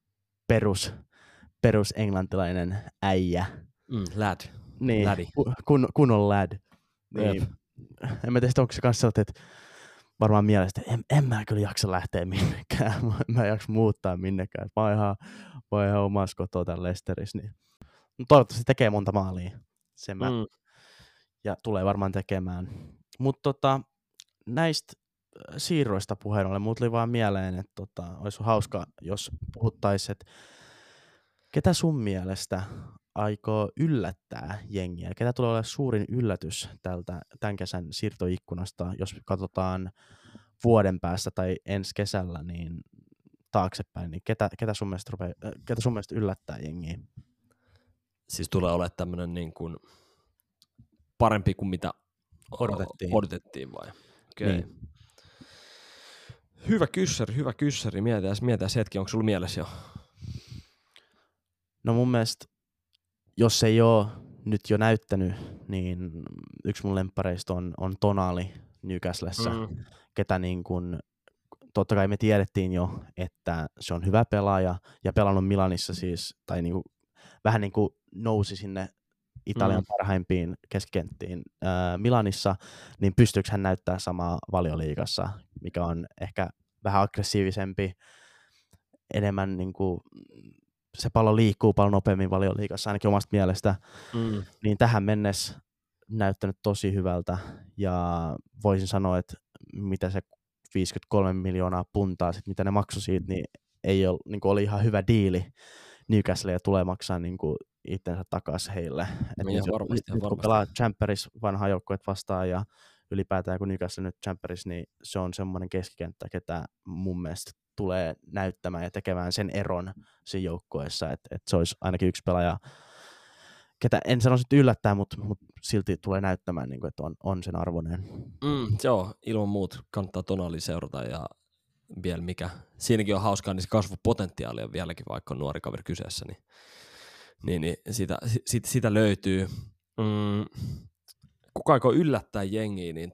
perus englantilainen äijä.
Lad.
Niin, kunnon lad. Niin, en mä tiedä, onko se kanssa että varmaan mielestä, en mä kyllä jaksa lähteä minnekään. Mä en jaksa muuttaa minnekään. Mä oon ihan omassa kotoa täällä Leicesterissä. Niin. Toivottavasti tekee monta maalia. Ja tulee varmaan tekemään. Mutta näistä siirroista puheen ollen, mut tuli vaan mieleen, että olisi hauska, jos puhuttaisiin, että ketä sun mielestä aikoo yllättää jengiä? Ketä tulee olemaan suurin yllätys tämän kesän siirtoikkunasta, jos katsotaan vuoden päästä tai ensi kesällä niin taaksepäin, niin ketä sun mielestä yllättää jengiä?
Siis tulee olemaan tämmöinen niin kuin parempi kuin mitä odotettiin vai? Okay. Niin. Hyvä kyssäri. Mietitään hetki, onko sulla mielessä jo?
No mun mielestä, jos ei ole nyt jo näyttänyt, niin yksi mun lemppareista on Tonali Newcastlessa, ketä niin kuin, totta kai me tiedettiin jo, että se on hyvä pelaaja ja pelannut Milanissa siis, tai niin kuin, vähän niin kuin nousi sinne Italian parhaimpiin keskikenttiin Milanissa, niin pystyykö hän näyttää samaa Valioliigassa, mikä on ehkä vähän aggressiivisempi, enemmän niin kuin, se pallo liikkuu paljon nopeammin Valioliigassa, ainakin omasta mielestä, niin tähän mennessä näyttänyt tosi hyvältä, ja voisin sanoa, että mitä se 53 miljoonaa puntaa, sit mitä ne maksoi siitä, niin ei ole, niin kuin oli ihan hyvä diili Newcastle ja tulee maksaa niin kuin itsensä takaisin heille.
Varmasti.
Kun pelaa Champeris vanhaa joukkueet vastaan ja ylipäätään kun Newcastle nyt Champeris, niin se on semmoinen keskikenttä, ketä mun mielestä tulee näyttämään ja tekemään sen eron siinä joukkueessa, että se olisi ainakin yksi pelaaja, ketä en sanoisi, että yllättää, mutta silti tulee näyttämään, niin kuin, että on sen arvoinen.
Joo, ilman muuta kannattaa Tonali seurata ja vielä mikä. Siinäkin on hauskaa, niin se kasvupotentiaali on vieläkin, vaikka on nuori kaveri kyseessä, niin sitä löytyy. Kuka aikoo yllättää jengiä, niin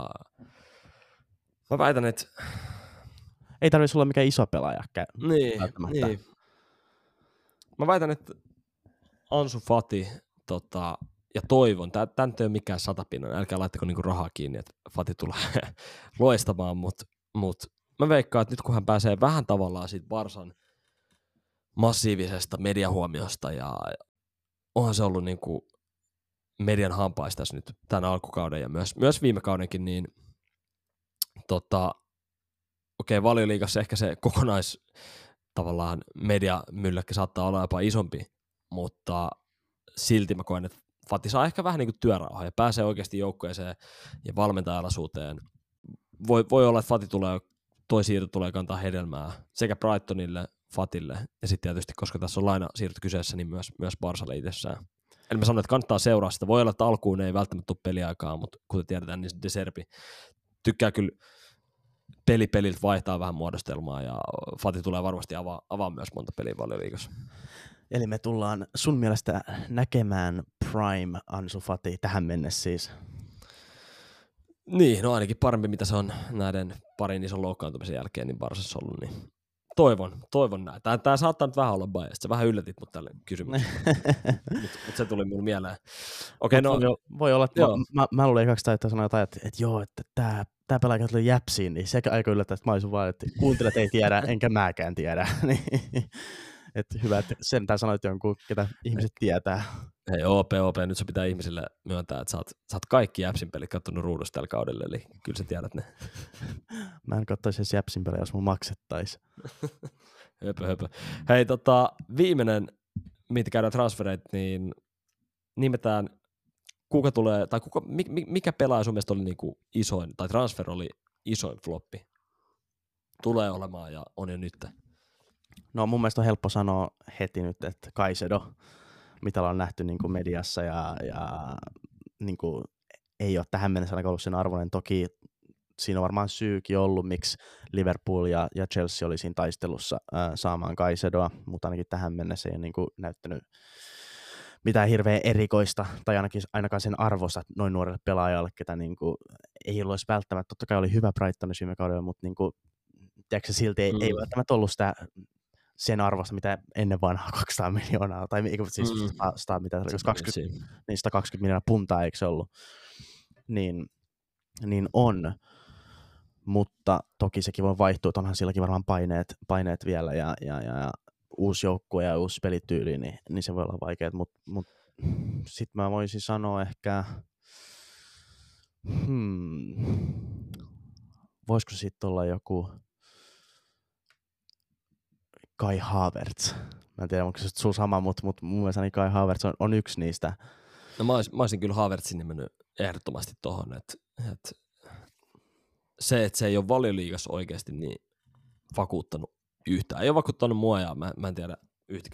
mä väitän, että
ei tarvitse olla mikään iso pelaaja.
Niin. Mä väitän, että Ansu Fati ja toivon, tää nyt ei ole mikään 100-pinnan, älkää laittako niinku rahaa kiinni, että Fati tulee loistamaan, mut mä veikkaan, että nyt kun hän pääsee vähän tavallaan siitä Barsan massiivisesta mediahuomiosta ja onhan se ollut niinku median hampaista tässä nyt tämän alkukauden ja myös viime kaudenkin, niin Valioliigassa ehkä se tavallaan mediamylläkkä saattaa olla jopa isompi, mutta silti mä koen, että Fati saa ehkä vähän niin kuin työrauhaa ja pääsee oikeasti joukkueeseen ja valmentajalaisuuteen. Voi olla, että Fati toi siirto tulee kantaa hedelmää sekä Brightonille, Fatille ja sitten tietysti, koska tässä on lainasiirto kyseessä, niin myös Barsalle itsessään. Eli mä sanon, että kannattaa seuraa sitä. Voi olla, että alkuun ei välttämättä tule peliaikaa, mutta kuten tiedetään, niin De Zerbi tykkää kyllä peliltä vaihtaa vähän muodostelmaa ja Fati tulee varmasti avaa myös monta peliä Valioliigassa.
Eli me tullaan sun mielestä näkemään Prime Ansu Fati tähän mennessä siis?
Niin, no ainakin parempi, mitä se on näiden parin ison loukkaantumisen jälkeen niin Barsassa ollut, niin toivon näin. Tämä saattaa nyt vähän olla biased. Sä vähän yllätit mut tälle kysymykselle, mutta se tuli mun mieleen. Okei, no,
voi olla, että mä luulin ekaksi että sanoa jotain, että joo, että tää pelaaja tuli Jäpsiin, niin sekä aika yllättää, että mä olisin vaan, että kuuntelijat ei tiedä, enkä mäkään tiedä. Että hyvä, että sentään sanoit jonkun, ketä ihmiset tietää.
Hei, OP, nyt se pitää ihmisille myöntää, että sä oot kaikki Jäpsin pelit kattonut ruudusta tällä kaudella, eli kyllä sä tiedät ne.
Mä en katsoisi edes Jäpsin pelejä, jos mun maksettaisi.
höpö. Hei, viimeinen, mitä käydään transfereit, niin nimetään, mikä pelaaja sun mielestä oli niinku isoin, tai transfer oli isoin floppi? Tulee olemaan ja on jo nyt.
No mun mielestä on helppo sanoa heti nyt, että Caicedo, mitä ollaan nähty niin kuin mediassa ja niin kuin ei ole tähän mennessä ainakaan ollut sen arvoinen. Toki siinä on varmaan syykin ollut, miksi Liverpool ja Chelsea oli siinä taistelussa saamaan Caicedoa, mutta ainakin tähän mennessä ei ole niin kuin näyttänyt mitään hirveän erikoista, tai ainakaan sen arvosta noin nuorelle pelaajalle, ketä niin kuin ei ollut edes välttämättä. Totta kai oli hyvä Brightonissa viime kaudella, mutta niin kuin, tiedätkö, silti ei välttämättä ollut sitä sen arvosta, mitä ennen vanhaa 200 miljoonaa, tai siis 100, mitä se oli, 120 miljoonaa puntaa, eikö se ollut? Niin on, mutta toki sekin voi vaihtua, että onhan silläkin varmaan paineet vielä, ja uusi joukkue ja uusi pelityyli, niin se voi olla vaikeaa, mutta sitten mä voisin sanoa ehkä, voisiko sitten olla joku Kai Havertz. Mä en tiedä, onko se sulla sama, mutta mun mielestä Kai Havertz on yksi niistä.
No mä olisin kyllä Havertzin nimennyt ehdottomasti tohon, että se, että se ei ole Valioliigassa oikeasti niin vakuuttanut yhtään. Ei ole vakuuttanut mua ja mä en tiedä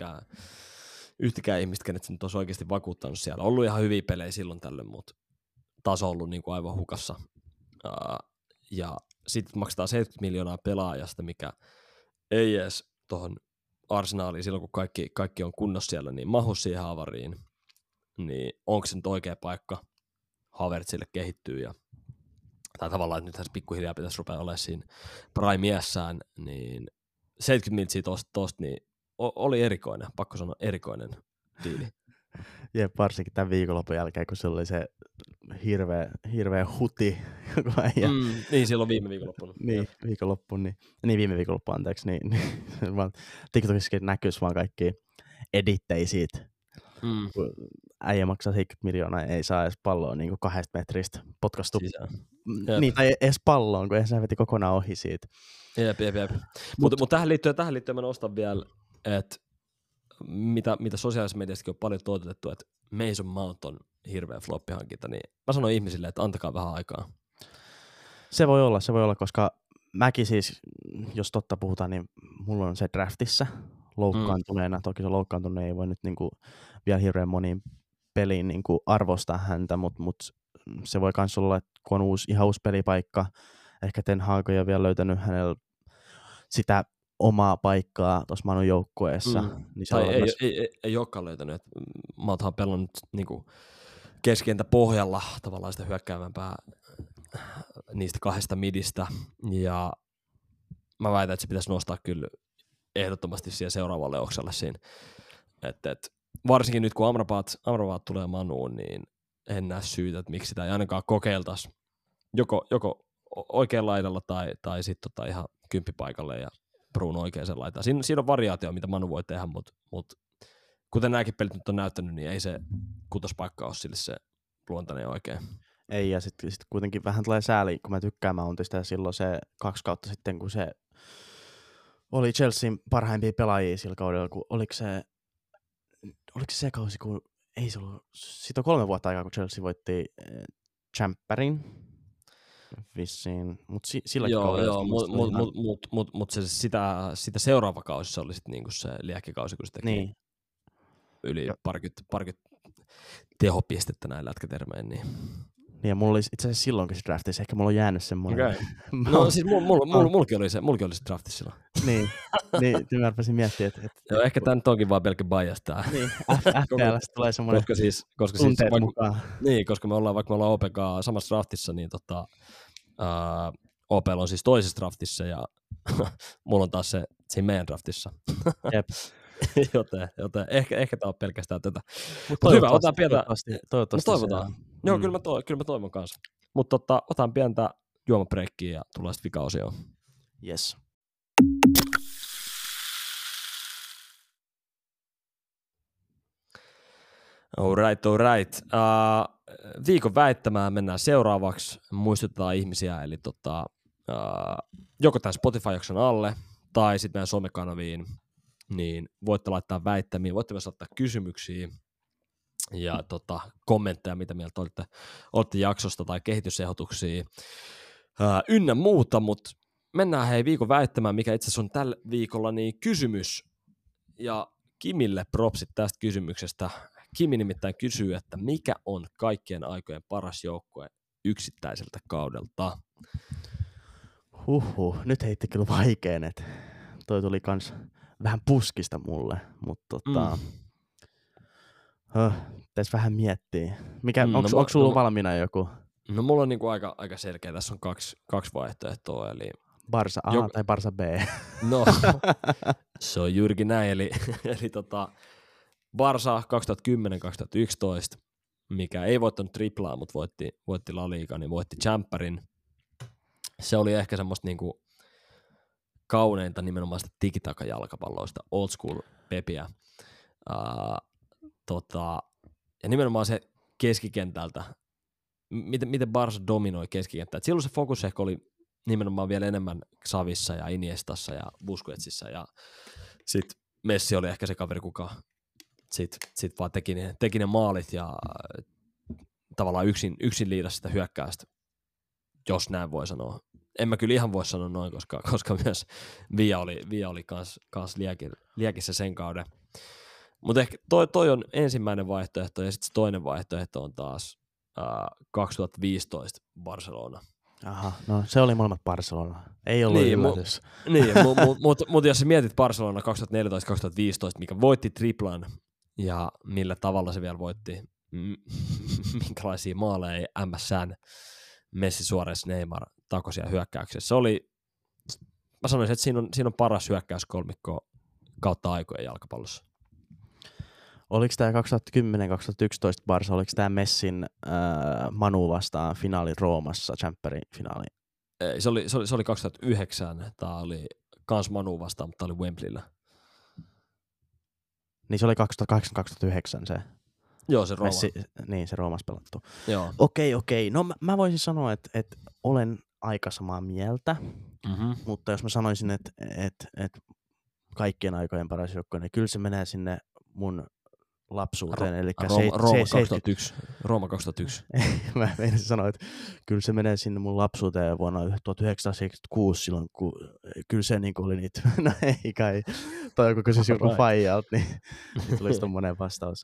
yhtäkään ihmistä, kenet se nyt olisi oikeasti vakuuttanut siellä. Ollut ihan hyviä pelejä silloin tällöin, mutta taso on ollut niin kuin aivan hukassa. Ja sitten maksetaan 70 miljoonaa pelaajasta, mikä ei edes tuohon Arsenaaliin silloin, kun kaikki on kunnossa siellä, niin mahu siihen avariin. Niin onko se nyt oikea paikka Havertzille kehittyä tai tavallaan, että nythän se pikkuhiljaa pitäisi rupea olemaan siinä prime-iässään, niin 70 miltsiä tosta niin oli erikoinen, pakko sanoa erikoinen diili.
Jep, varsinkin tämän viikonlopun jälkeen, kun se oli se hirveä huti.
Niin, silloin viime viikonloppuna.
Viime viikonloppu, anteeksi. Niin vaan TikTokissakin näkyisi vaan kaikki edittejä siitä. Äijä maksaa 70 miljoonaa, ei saa edes palloa niin kuin 2 metristä potkastu. Niin, tai edes palloon, kun eihän se veti kokonaan ohi siitä.
Jep. Mutta tähän liittyen mä nostan vielä, että mitä sosiaalisessa mediassakin on paljon toitotettu, että Mason Mount on hirveä floppihankinta, niin mä sanon ihmisille, että antakaa vähän aikaa.
Se voi olla, koska mäkin siis, jos totta puhutaan, niin mulla on se draftissa loukkaantuneena. Toki se loukkaantuneen ei voi nyt niinku vielä hirveän moniin peliin niinku arvostaa häntä, mutta se voi myös olla, että kun on ihan uusi pelipaikka, ehkä Ten Hag ei ole vielä löytänyt hänellä sitä omaa paikkaa tuossa Manun joukkueessa. Niin
tai ei olekaan löytänyt. Mä oonhan pelannut niinku keskentä pohjalla tavallaan sitä hyökkäävämpää niistä 2 midistä, ja mä väitän, että se pitäisi nostaa kyllä ehdottomasti siihen seuraavalle okselle siinä. Et varsinkin nyt, kun Amrabat tulee Manuun, niin en näe syytä, että miksi sitä ei ainakaan kokeiltaisi joko oikealla laidalla tai sitten ihan kymppipaikalle ja Bruno oikeaan laitaan. Siinä on variaatio, mitä Manu voi tehdä, mutta kuten nämäkin pelit nyt on näyttänyt, niin ei se kutospaikka ole sille se luontainen oikein.
Ei, ja sitten kuitenkin vähän tulee sääli, kun mä tykkään Mountista, ja silloin se 2 kautta sitten, kun se oli Chelsean parhaimpia pelaajia sillä kaudella, kun oliko se kausi, kun ei se ollut, siitä on 3 vuotta aikaa, kun Chelsea voitti Champerin vissiin, mutta silläkin kaudella.
Mutta sitä seuraava kausi se oli sitten niinku se liekkikausi, kun se teki
Niin.
yli parikymmentä tehopistettä näillä lätkätermein. Niin
ja mulla oli itse asiassa silloinkin se draftissa, ehkä mulla on jäänyt semmoinen.
Okay. No siis mulki oli se draftissa silloin.
niin, mä rupesin miettimään, että
joo, ehkä tää nyt onkin vaan pelkkä bias tää.
Niin, FPL:stä tulee semmoinen tunteet mukaan.
Niin, koska vaikka me ollaan OPK samassa draftissa, niin OPL on siis toisessa draftissa ja mulla on taas se siinä meidän draftissa.
Jep.
joten ehkä tää on pelkästään tätä. Mutta hyvä, otetaan pientä.
Toivottavasti
toivotaan. Joo, kyllä mä toivon kanssa. Mutta otetaan pientä juomabreikkiä ja tullaan sitten vika-osioon.
Yes.
All right. Viikon väittämään mennään seuraavaksi. Muistutetaan ihmisiä, eli joko tämän Spotify-jakson alle tai sitten meidän somekanaviin, niin voitte laittaa väittämiä, voitte myös laittaa kysymyksiä ja kommentteja, mitä mieltä olette jaksosta tai kehitysehdotuksia ynnä muuta, mutta mennään hei viikon väittämään, mikä itse asiassa on tällä viikolla, niin kysymys. Ja Kimille propsit tästä kysymyksestä. Kimi nimittäin kysyy, että mikä on kaikkien aikojen paras joukkue yksittäiseltä kaudelta?
Nyt heitti kyllä vaikein, että toi tuli kans vähän puskista mulle, mutta pitäisi vähän miettiä. Onko sulla valmiina joku?
No mulla on niinku aika selkeä, tässä on kaksi vaihtoehtoa, eli
Barsa A tai Barsa B. No,
se on juurikin näin, eli Barsa 2010-2011, mikä ei voittanut triplaa, mutta voitti La Liga, niin voitti Champerin. Se oli ehkä semmoista niinku kauneinta nimenomaan sitä digitaka-jalkapalloista, old school pepiä. Ja nimenomaan se keskikentältä, miten Barsa dominoi keskikenttää. Silloin se fokus ehkä oli nimenomaan vielä enemmän Xavissa ja Iniestassa ja Busquetsissa, ja sitten Messi oli ehkä se kaveri, kuka sit vaan teki ne maalit ja tavallaan yksin liidasi sitä hyökkäystä, jos näin voi sanoa. En mä kyllä ihan voi sanoa noin, koska myös Via oli kans liekissä sen kauden. Mutta ehkä toi on ensimmäinen vaihtoehto, ja sitten se toinen vaihtoehto on taas 2015 Barcelona.
Aha, no se oli molemmat Barcelona. Ei ollut yllätys.
Mutta jos sä mietit Barcelona 2014-2015, mikä voitti triplan, ja millä tavalla se vielä voitti, minkälaisia maaleja MSN, Messi, Suarez, Neymar, takoisia hyökkäyksiä. Se oli, mä sanoisin, että siinä on paras hyökkäyskolmikko kautta aikojen jalkapallossa.
Oliko tämä 2010-2011 Barsa, oliko tämä Messin Manu vastaan finaali Roomassa, Champerin finaali?
Ei, se oli 2009, tämä oli kans Manu vastaan, mutta tämä oli Wembleyllä.
Niin se oli 2008-2009 se.
Joo, se Rooma.
Messi, niin, se Roomassa pelattu.
Joo.
Okei. No mä voisin sanoa, että olen aika samaa mieltä, mutta jos mä sanoisin, että kaikkien aikojen paras joukkue, niin kyllä se menee sinne mun lapsuuteen, eli
Rooma 2001.
Mä meinasin sanoa, että kyllä se menee sinne mun lapsuuteen vuonna 1976 silloin, kun kyllä se niin oli niitä, no ei kai, toi kun kysyisi joku faijalta, niin tulisi tommonen vastaus.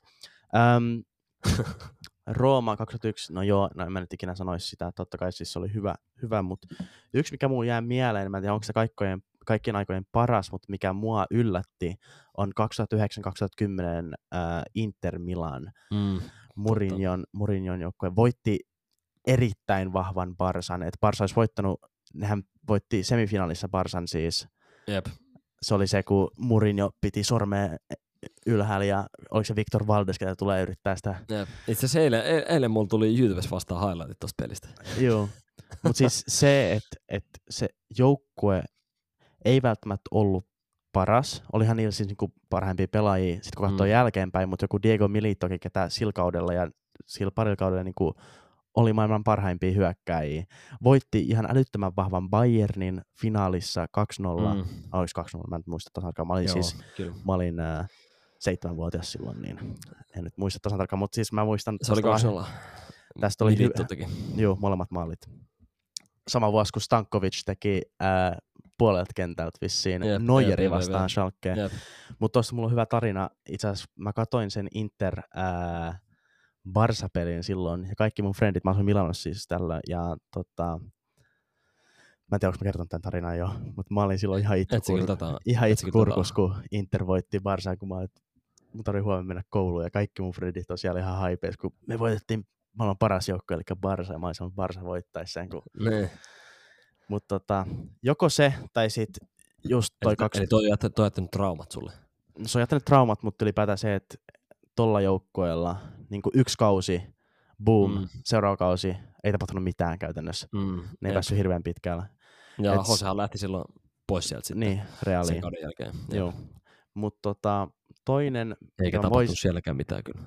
Rooma 2001, no joo, no en mä nyt ikinä sanoisi sitä, totta kai siis se oli hyvä, mutta yksi mikä mulla jää mieleen, mä en tiedä onko se kaikkien aikojen paras, mutta mikä mua yllätti, on 2009-2010 Inter Milan. Mourinhon joukkue voitti erittäin vahvan Barsan, että Barsa olisi voittanut, nehän voitti semifinaalissa Barsan siis.
Jep.
Se oli se, kun Mourinho piti sormea ylhäällä ja oliko se Victor Valdes, ketä tulee yrittää sitä.
Jep. Itse asiassa eilen mulla tuli YouTubessa vastaan highlightit tosta pelistä.
Joo, mutta siis se, että se joukkue ei välttämättä ollut paras. Olihan niillä siis niinku parhaimpia pelaajia, sitten kun katsoo jälkeenpäin, mutta joku Diego Militokin, ketä sillä kaudella ja sillä parilla kaudella niinku oli maailman parhaimpia hyökkääjiä. Voitti ihan älyttömän vahvan Bayernin finaalissa 2-0. Oliko 2-0? Mä en muista tarkkaan. Mä olin 7-vuotias silloin, niin en nyt muista tasan tarkkaan, mutta siis mä muistan...
Se oli 2-0.
Tästä oli
Joo,
molemmat maalit. Sama vuosi, kun Stankovic teki puolelta kentältä vissiin Neueri vastaan Schalkeen. Mutta tuossa mulla on hyvä tarina. Itse asiassa mä katoin sen Inter Barça-pelin silloin, ja kaikki mun frendit, mä asuin Milanossa siis tällä, ja mä en tiedä, onko mä kertonut tämän tarinan jo, mutta mä olin silloin ihan itse kurkus, kun Inter voitti Barçaan, kun mun tarvitsi huomenna mennä kouluun, ja kaikki mun frendit on siellä ihan haipeissa, kun me voitettiin maailman paras joukko, eli Barça, ja mä olisin sanonut Barça voittaisi sen. Mutta joko se, tai sitten just toi
Eli toi on jättänyt traumat sulle?
Se on jättänyt traumat, mutta ylipäätään se, että tolla joukkueella niin yksi kausi, boom, seuraava kausi, ei tapahtunut mitään käytännössä. Ne ei päässyt hirveän pitkällä.
Ja Josehan lähti silloin pois sieltä sitten
niin, reaaliin.
sen kauden jälkeen.
Joo. Mutta toinen...
Eikä tapahtunut sielläkään mitään kyllä.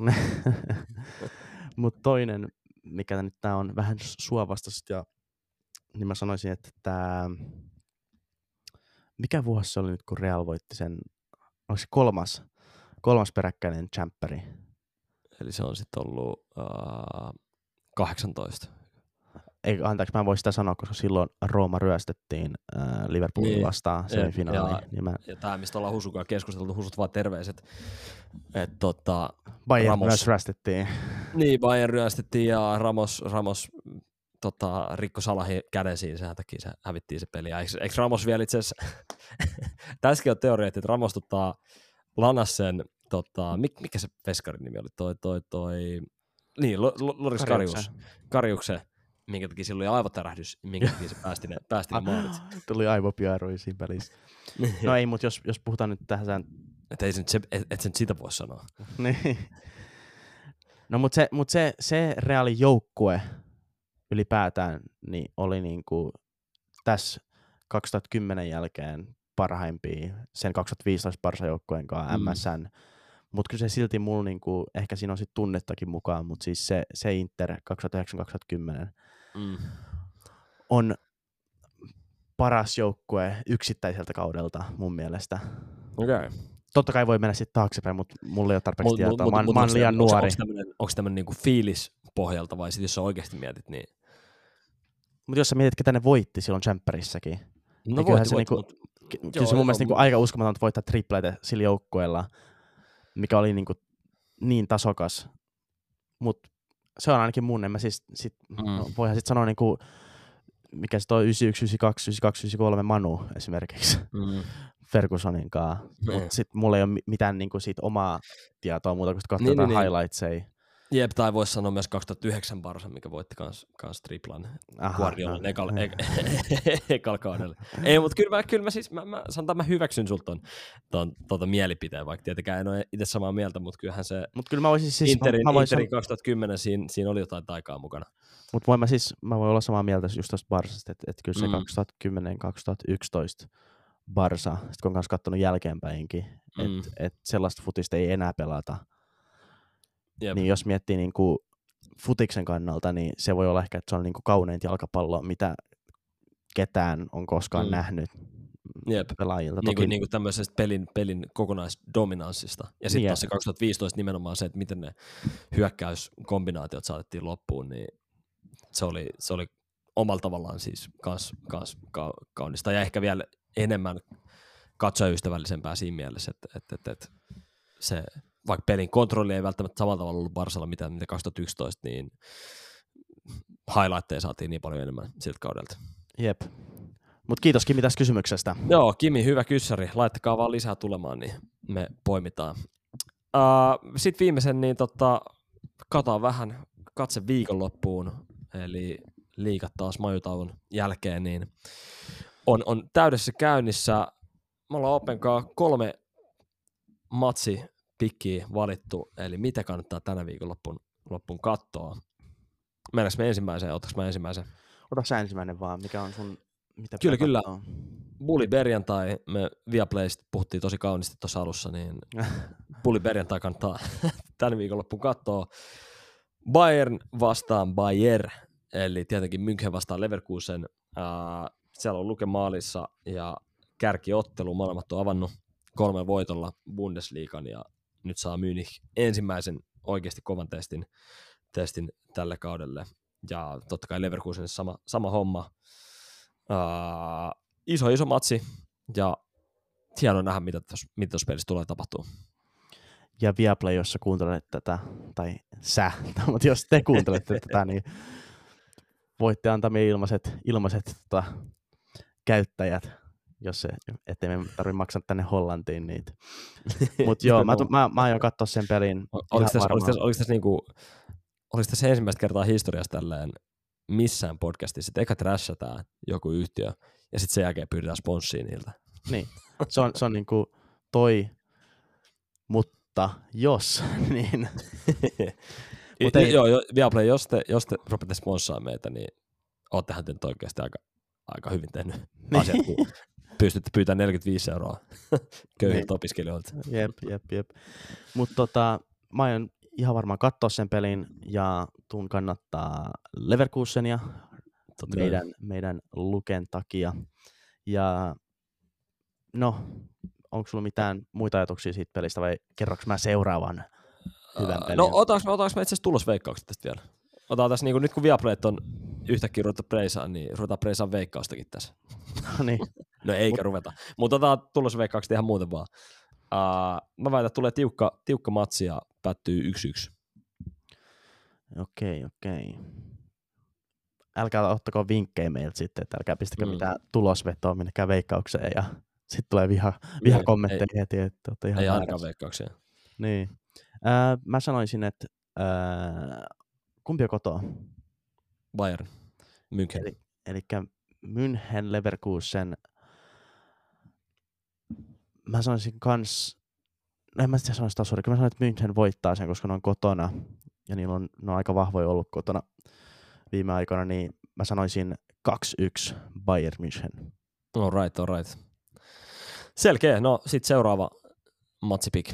Mutta toinen, mikä nyt tää on vähän sua vastaisesti, ja niin mä sanoisin, että tää... Mikä vuosi se oli nyt, kun Real voitti sen... Onko se kolmas peräkkäinen champperi?
Eli se on sitten ollut 18.
Ei, anteeksi, mä en voi sitä sanoa, koska silloin Rooma ryöstettiin Liverpoolin vastaan semifinaaliin.
Ja tämä, mistä ollaan Husukaan keskusteltu, Husut vaan terveiset.
Bayern myös ryöstettiin.
Niin, Bayern ryöstettiin ja Ramos rikko Salahin käden siinä, sen takia se hävittiin se peli. Eikö Ramos vielä itse asiassa, tässäkin on teoria, että Ramos Lanassen, mikä se veskarin nimi oli, niin, Loris Kariuksen, minkä takia sillä oli aivotärähdys, minkä takia se päästi ne maalit.
Tuli aivopieruja siinä pelissä. No ei, mutta jos puhutaan nyt tähän...
Että et sen sitä voi sanoa.
Niin. No mutta se Realin joukkue ylipäätään niin oli niinku tässä 2010 jälkeen parhaimpia sen 2015 Barça-joukkueen kanssa MSN. Mutta kyllä se silti mulla niinku, ehkä siinä on sit tunnettakin mukaan, mutta siis se Inter 2009-2010 on paras joukkue yksittäiseltä kaudelta mun mielestä.
Okay.
Totta kai voi mennä sitten taaksepäin, mutta mulla ei ole tarpeeksi tietoa. Mä oon liian nuori.
Onko tämmöinen niinku fiilis pohjalta vai sitten jos sä oikeasti mietit niin?
Mutta jos sä mietit, ketä ne voitti silloin Champerissäkin,
no
niin
voitti,
niinku, kyllä se mun mielestä niinku aika uskomatonta voittaa tripleitä sillä joukkueella, mikä oli niinku niin tasokas. Mutta se on ainakin mun, en mä siis voihan sit sanoa niinku, mikä se toi 91, 92, 92, 93 Manu esimerkiksi Fergusonin kanssa. Mutta sit mulla ei ole mitään niinku siitä omaa tietoa muuta, kun katsotaan highlightseja.
Jep, tai voisi sanoa myös 2009 Barça, mikä voitti kans triplan Guardiolan ekalla kaudella. Ei, mutta kyllä mä siis, sanotaan, mä hyväksyn sulta ton mielipiteen, vaikka tietenkään en ole itse samaa mieltä, mutta kyllähän se
kyllä mä voisin siis,
Interin 2010 siinä oli jotain taikaa mukana.
Mutta mä voin olla samaa mieltä just tuosta Barçasta, että kyllä se 2010-2011 Barça, sit kun on kanssa katsonut jälkeenpäinkin, että sellaista futista ei enää pelata. Jep. Niin jos miettii niinku futiksen kannalta, niin se voi olla ehkä, että se on niinku kauneinta jalkapalloa, mitä ketään on koskaan nähnyt pelaajilta.
Niinku tämmöisestä pelin kokonaisdominanssista. Ja sitten taas se 2015 nimenomaan se, että miten ne hyökkäyskombinaatiot saatettiin loppuun, niin se oli omalla tavallaan siis kans kaunista. Ja ehkä vielä enemmän katsojaystävällisempää siinä mielessä, että se... Vaikka pelin kontrolli ei välttämättä samalla tavalla ollut Barsalla mitä 2011, niin highlightteja saatiin niin paljon enemmän siltä kaudelta.
Jep. Mutta kiitos Kimi tästä kysymyksestä.
Joo, Kimi, hyvä kyssäri. Laittakaa vaan lisää tulemaan, niin me poimitaan. Sitten viimeisen, niin katsotaan vähän katse viikonloppuun, eli liigat taas majutauon jälkeen, niin on täydessä käynnissä. Me ollaan Openkaa 3 pikkiä valittu, eli mitä kannattaa tänä viikonloppuun katsoa. Mennäänkö me ensimmäiseen? Otaks mä ensimmäisen?
Ota sä ensimmäinen vaan, mikä on sun... Mitä
kyllä. Bulli perjantai, me Viaplaysta puhuttiin tosi kauniisti tuossa alussa, niin Bulli perjantai kannattaa tänä viikonloppuun katsoa. Bayern vastaan Bayer, eli tietenkin München vastaan Leverkusen. Siellä on Luke maalissa ja kärkiottelu, molemmat on avannut 3 voitolla Bundesliigan ja nyt saa Munich ensimmäisen oikeasti kovan testin tälle kaudelle. Ja totta kai Leverkusenissa sama homma. Iso matsi, ja hienoa nähdä, mitä tuossa pelissä tulee tapahtua.
Ja Viaplay, jos sä kuuntelet tätä, tai mutta jos te kuuntelette tätä, niin voitte antaa meille ilmaiset käyttäjät, ettei me tarvitse maksaa tänne Hollantiin niitä. Mutta joo, mä aion katsoa sen pelin.
Oliko tässä ensimmäistä kertaa historiassa tälleen missään podcastissa, että eka trashataan joku yhtiö, ja sitten sen jälkeen pyydetään sponssiin niiltä?
Niin, se on niinku mutta jos, niin...
Joo, Viaplay, jos te rupeatte sponssaa meitä, niin oottehan te nyt oikeasti aika hyvin tehnyt asiat, kun pystytte pyytämään 45 € köyhiltä opiskelijoilta.
Jep. Mutta mä aion ihan varmaan katsoa sen pelin ja tuun kannattaa Leverkusenia meidän Luken takia. Ja no, onko sulla mitään muita ajatuksia siitä pelistä vai kerroks mä seuraavan hyvän pelin?
No otaanko me itse asiassa tulosveikkaukset tästä vielä? Otetaan tässä, niin nyt kun Viaplayt on yhtäkkiä ruvettu preisaan, niin ruvetaan preisaan veikkaustakin tässä.
niin.
No eikä ruveta. Mutta otetaan tulosveikkaukset ihan muuten vaan. Mä väitän, että tulee tiukka matsi ja päättyy 1-1.
Okei. Älkää ottako vinkkejä meiltä sitten, että älkää pistäkö mitään tulosvetoa minnekään veikkaukseen ja sitten tulee vihakommentteja heti, että olette ihan
ei
väärässä.
ainakaan veikkauksia.
Niin. Mä sanoisin, että kumpi on kotoa?
Bayern, München.
Elikkä München, Leverkusen. Mä sanoisin kans, en mä sitä sanoisi taas, kyllä mä sanoin, että München voittaa sen, koska ne on kotona ja ne on aika vahvoja ollut kotona viime aikoina, niin mä sanoisin 2-1 Bayern München.
All right. Selkeä. No sit seuraava matsipik.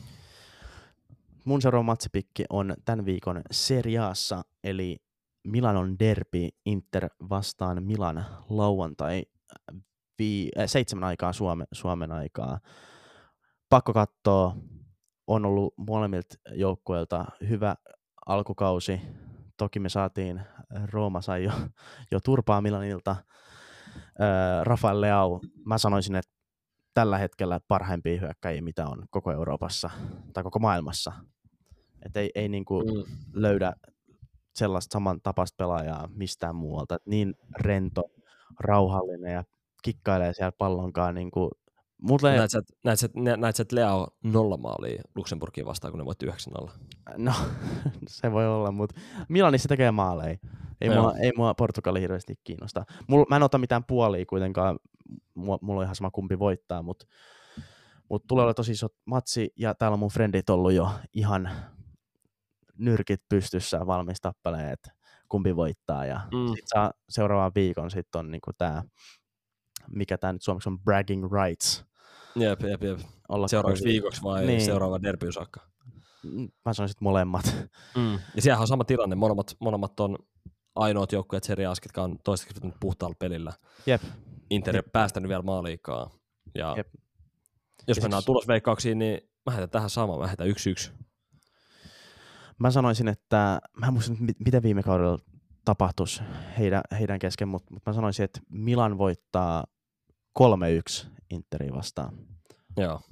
Mun seuraava matsipikki on tämän viikon Serie A:ssa, eli Milanon derby, Inter vastaan Milan lauantai 7 aikaa Suomen aikaa. Pakko katsoa, on ollut molemmilta joukkueilta hyvä alkukausi. Toki me saatiin, Rooma sai jo turpaa Milanilta. Rafael Leao, mä sanoisin, että tällä hetkellä parhaimpia hyökkäjiä, mitä on koko Euroopassa tai koko maailmassa. Että ei niinku löydä sellaista samantapaista pelaajaa mistään muualta. Et niin rento, rauhallinen ja kikkailee siellä pallonkaan. Niinku,
näet sä, että Leao 0 maalia Luxemburgiin vastaan, kun ne voitti 9-0?
No, se voi olla, mutta Milanissa tekee maaleja. Ei mua Portugali hirveästi kiinnosta. Mä en ota mitään puolia kuitenkaan. Mulla on ihan sama kumpi voittaa, mutta tulee olla tosi iso matsi, ja täällä on mun frendit ollut jo ihan nyrkit pystyssä valmis tappeleen, että kumpi voittaa, ja sit saa seuraavan viikon sitten on niinku tää, mikä tää nyt suomeksi on, bragging rights.
Jep. Seuraavaksi viikoksi vai niin. Seuraava derbyyn saakka?
Mä sanoisin, että molemmat.
Ja siellähän on sama tilanne, molemmat on ainoat joukkueet Serie A:ssa, jotka on toistaiseksi puhtaalla pelillä.
Jep.
Inter päästänyt vielä maaliikaa. Ja jos mennään tulosveikkauksiin, niin mä heitän tähän samaan, mä heitän 1-1.
Mä sanoisin, että mä en muista, mitä viime kaudella tapahtuisi heidän kesken, mutta mä sanoisin, että Milan voittaa 3-1 Interia vastaan.
Joo.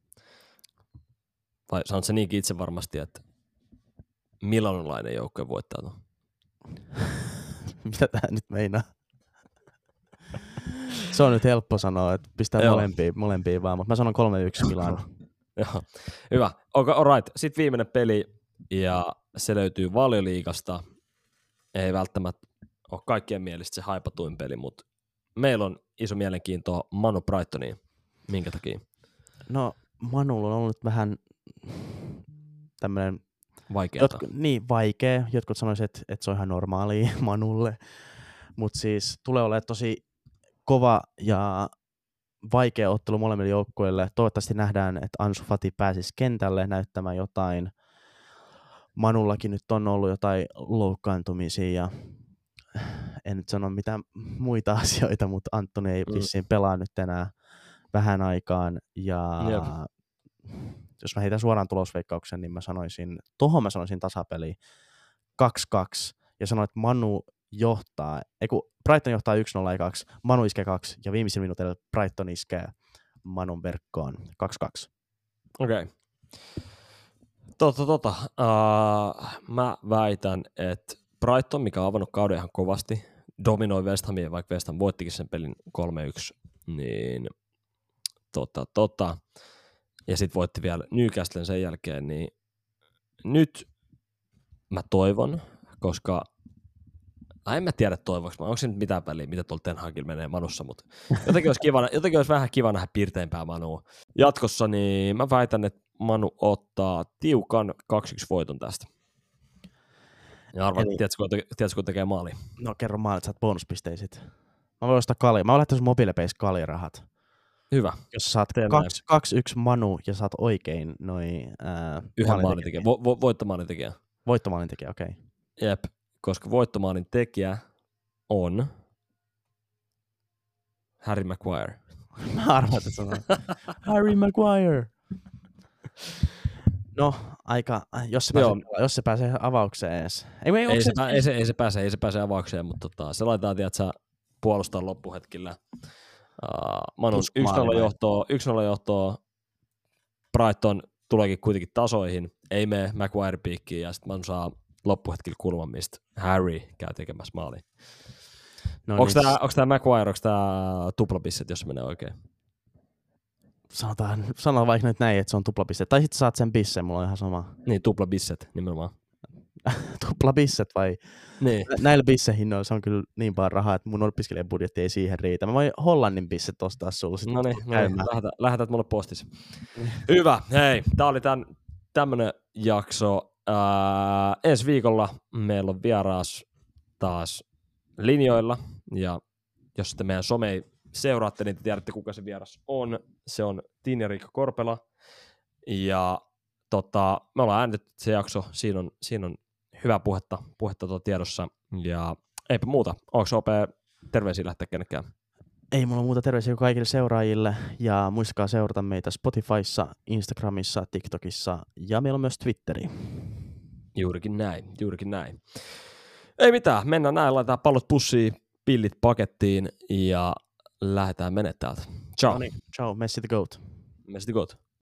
Vai sanot sä niinkin itse varmasti, että milanolainen joukkue voittaa tuon?
Mitä tää nyt meinaa? Se on nyt helppo sanoa, että pistää molempia vaan, mutta mä sanon 3-1 Milan.
Joo, hyvä. All right. Sitten viimeinen peli, ja se löytyy Valioliigasta. Ei välttämättä ole kaikkien mielestä se haipatuin peli, mutta meillä on iso mielenkiintoa Manu Brightoniin. Minkä takia?
No, Manulla on ollut vähän tämmöinen
vaikeata.
Vaikea. Jotkut sanoisivat, että se on ihan normaalia Manulle. Mutta siis tulee olemaan tosi kova ja vaikea ottelu molemmille joukkueille. Toivottavasti nähdään, että Ansu Fati pääsisi kentälle näyttämään jotain. Manullakin nyt on ollut jotain loukkaantumisia ja en nyt sano mitään muita asioita, mutta Antoni ei vissiin pelaa nyt enää vähän aikaan. Ja jos mä heitän suoraan tulosveikkauksen, niin mä sanoisin tasapeli 2-2, ja sanoin, että Brighton johtaa 1-0 ja 2, Manu iskee 2, ja viimeisillä minuutilla Brighton iskee Manun verkkoon 2-2.
Okei. Mä väitän, että Brighton, mikä on avannut kauden ihan kovasti, dominoi West Hamia, vaikka West Ham voittikin sen pelin 3-1, niin ja sitten voitti vielä Newcastlen sen jälkeen, niin nyt mä toivon, koska en mä tiedä toivoksi, onko se nyt mitään väliä, mitä tuolla Ten Hagilla menee Manussa, mutta jotenkin olisi vähän kiva nähdä pirteämpää Manua. Jatkossa niin mä väitän, että Manu ottaa tiukan 2-1 voiton tästä. Ja arvaan, tiedätkö, kun tekee maali?
No kerro maalit, saat bonuspisteisit. Mä voin ostaa kalja. Mä voin laittaa sun mobiilepeis kaljarahat.
Hyvä.
Jos saat 2-1 Manu ja saat oikein
yhden maalintekijän. Voittomaalintekijä.
Voittomaalintekijä, okei. Okay.
Jep, koska voittomaalin tekijä on Harry Maguire.
Mä arvasin, että sanoin Harry Maguire. No, jos se pääsee avaukseen edes.
Ei se pääse avaukseen, mutta se laitetaan, tiedätkö, puolustaa loppuhetkillä. Manu 1-0 johtoa, Brighton tuleekin kuitenkin tasoihin, ei mene Maguire piikkiin, ja sitten Manu saa loppuhetkillä kulman, mistä Harry käy tekemässä maali. No onko tämä Maguire, onko tämä tuplabisset, jos se menee oikein?
Sanotaan vaikka nyt näin, että se on tuplabisset. Tai sitten saat sen bissen, mulla on ihan sama.
Niin, tuplabisset nimenomaan.
Tuplabisset vai? Niin. Näillä bissehinnoilla se on kyllä niin paljon rahaa, että mun opiskelijabudjetti ei siihen riitä. Mä voin Hollannin bisset ostaa sulle.
No niin, lähetät mulle postis. Hyvä, hei, tää oli tämmönen jakso. Ensi viikolla meillä on vieraas taas linjoilla, ja jos sitten meidän somei seuraatte, niin te tiedätte, kuka se vieras on. Se on Tiina-Riikka Korpela, ja me ollaan äänitetty se jakso, siinä on hyvää puhetta tiedossa, ja eipä muuta. Onko OP terveisiä lähteä kenekään?
Ei mulla muuta, terveisiä kaikille seuraajille, ja muistakaa seurata meitä Spotifyssa, Instagramissa, TikTokissa, ja meillä on myös Twitteri.
Juurikin näin. Ei mitään, mennään näin, laitetaan pallot pussiin, pillit pakettiin, ja lähdetään menemään täältä. Ciao.
Ciao, Messi the Goat.
Messi the Goat.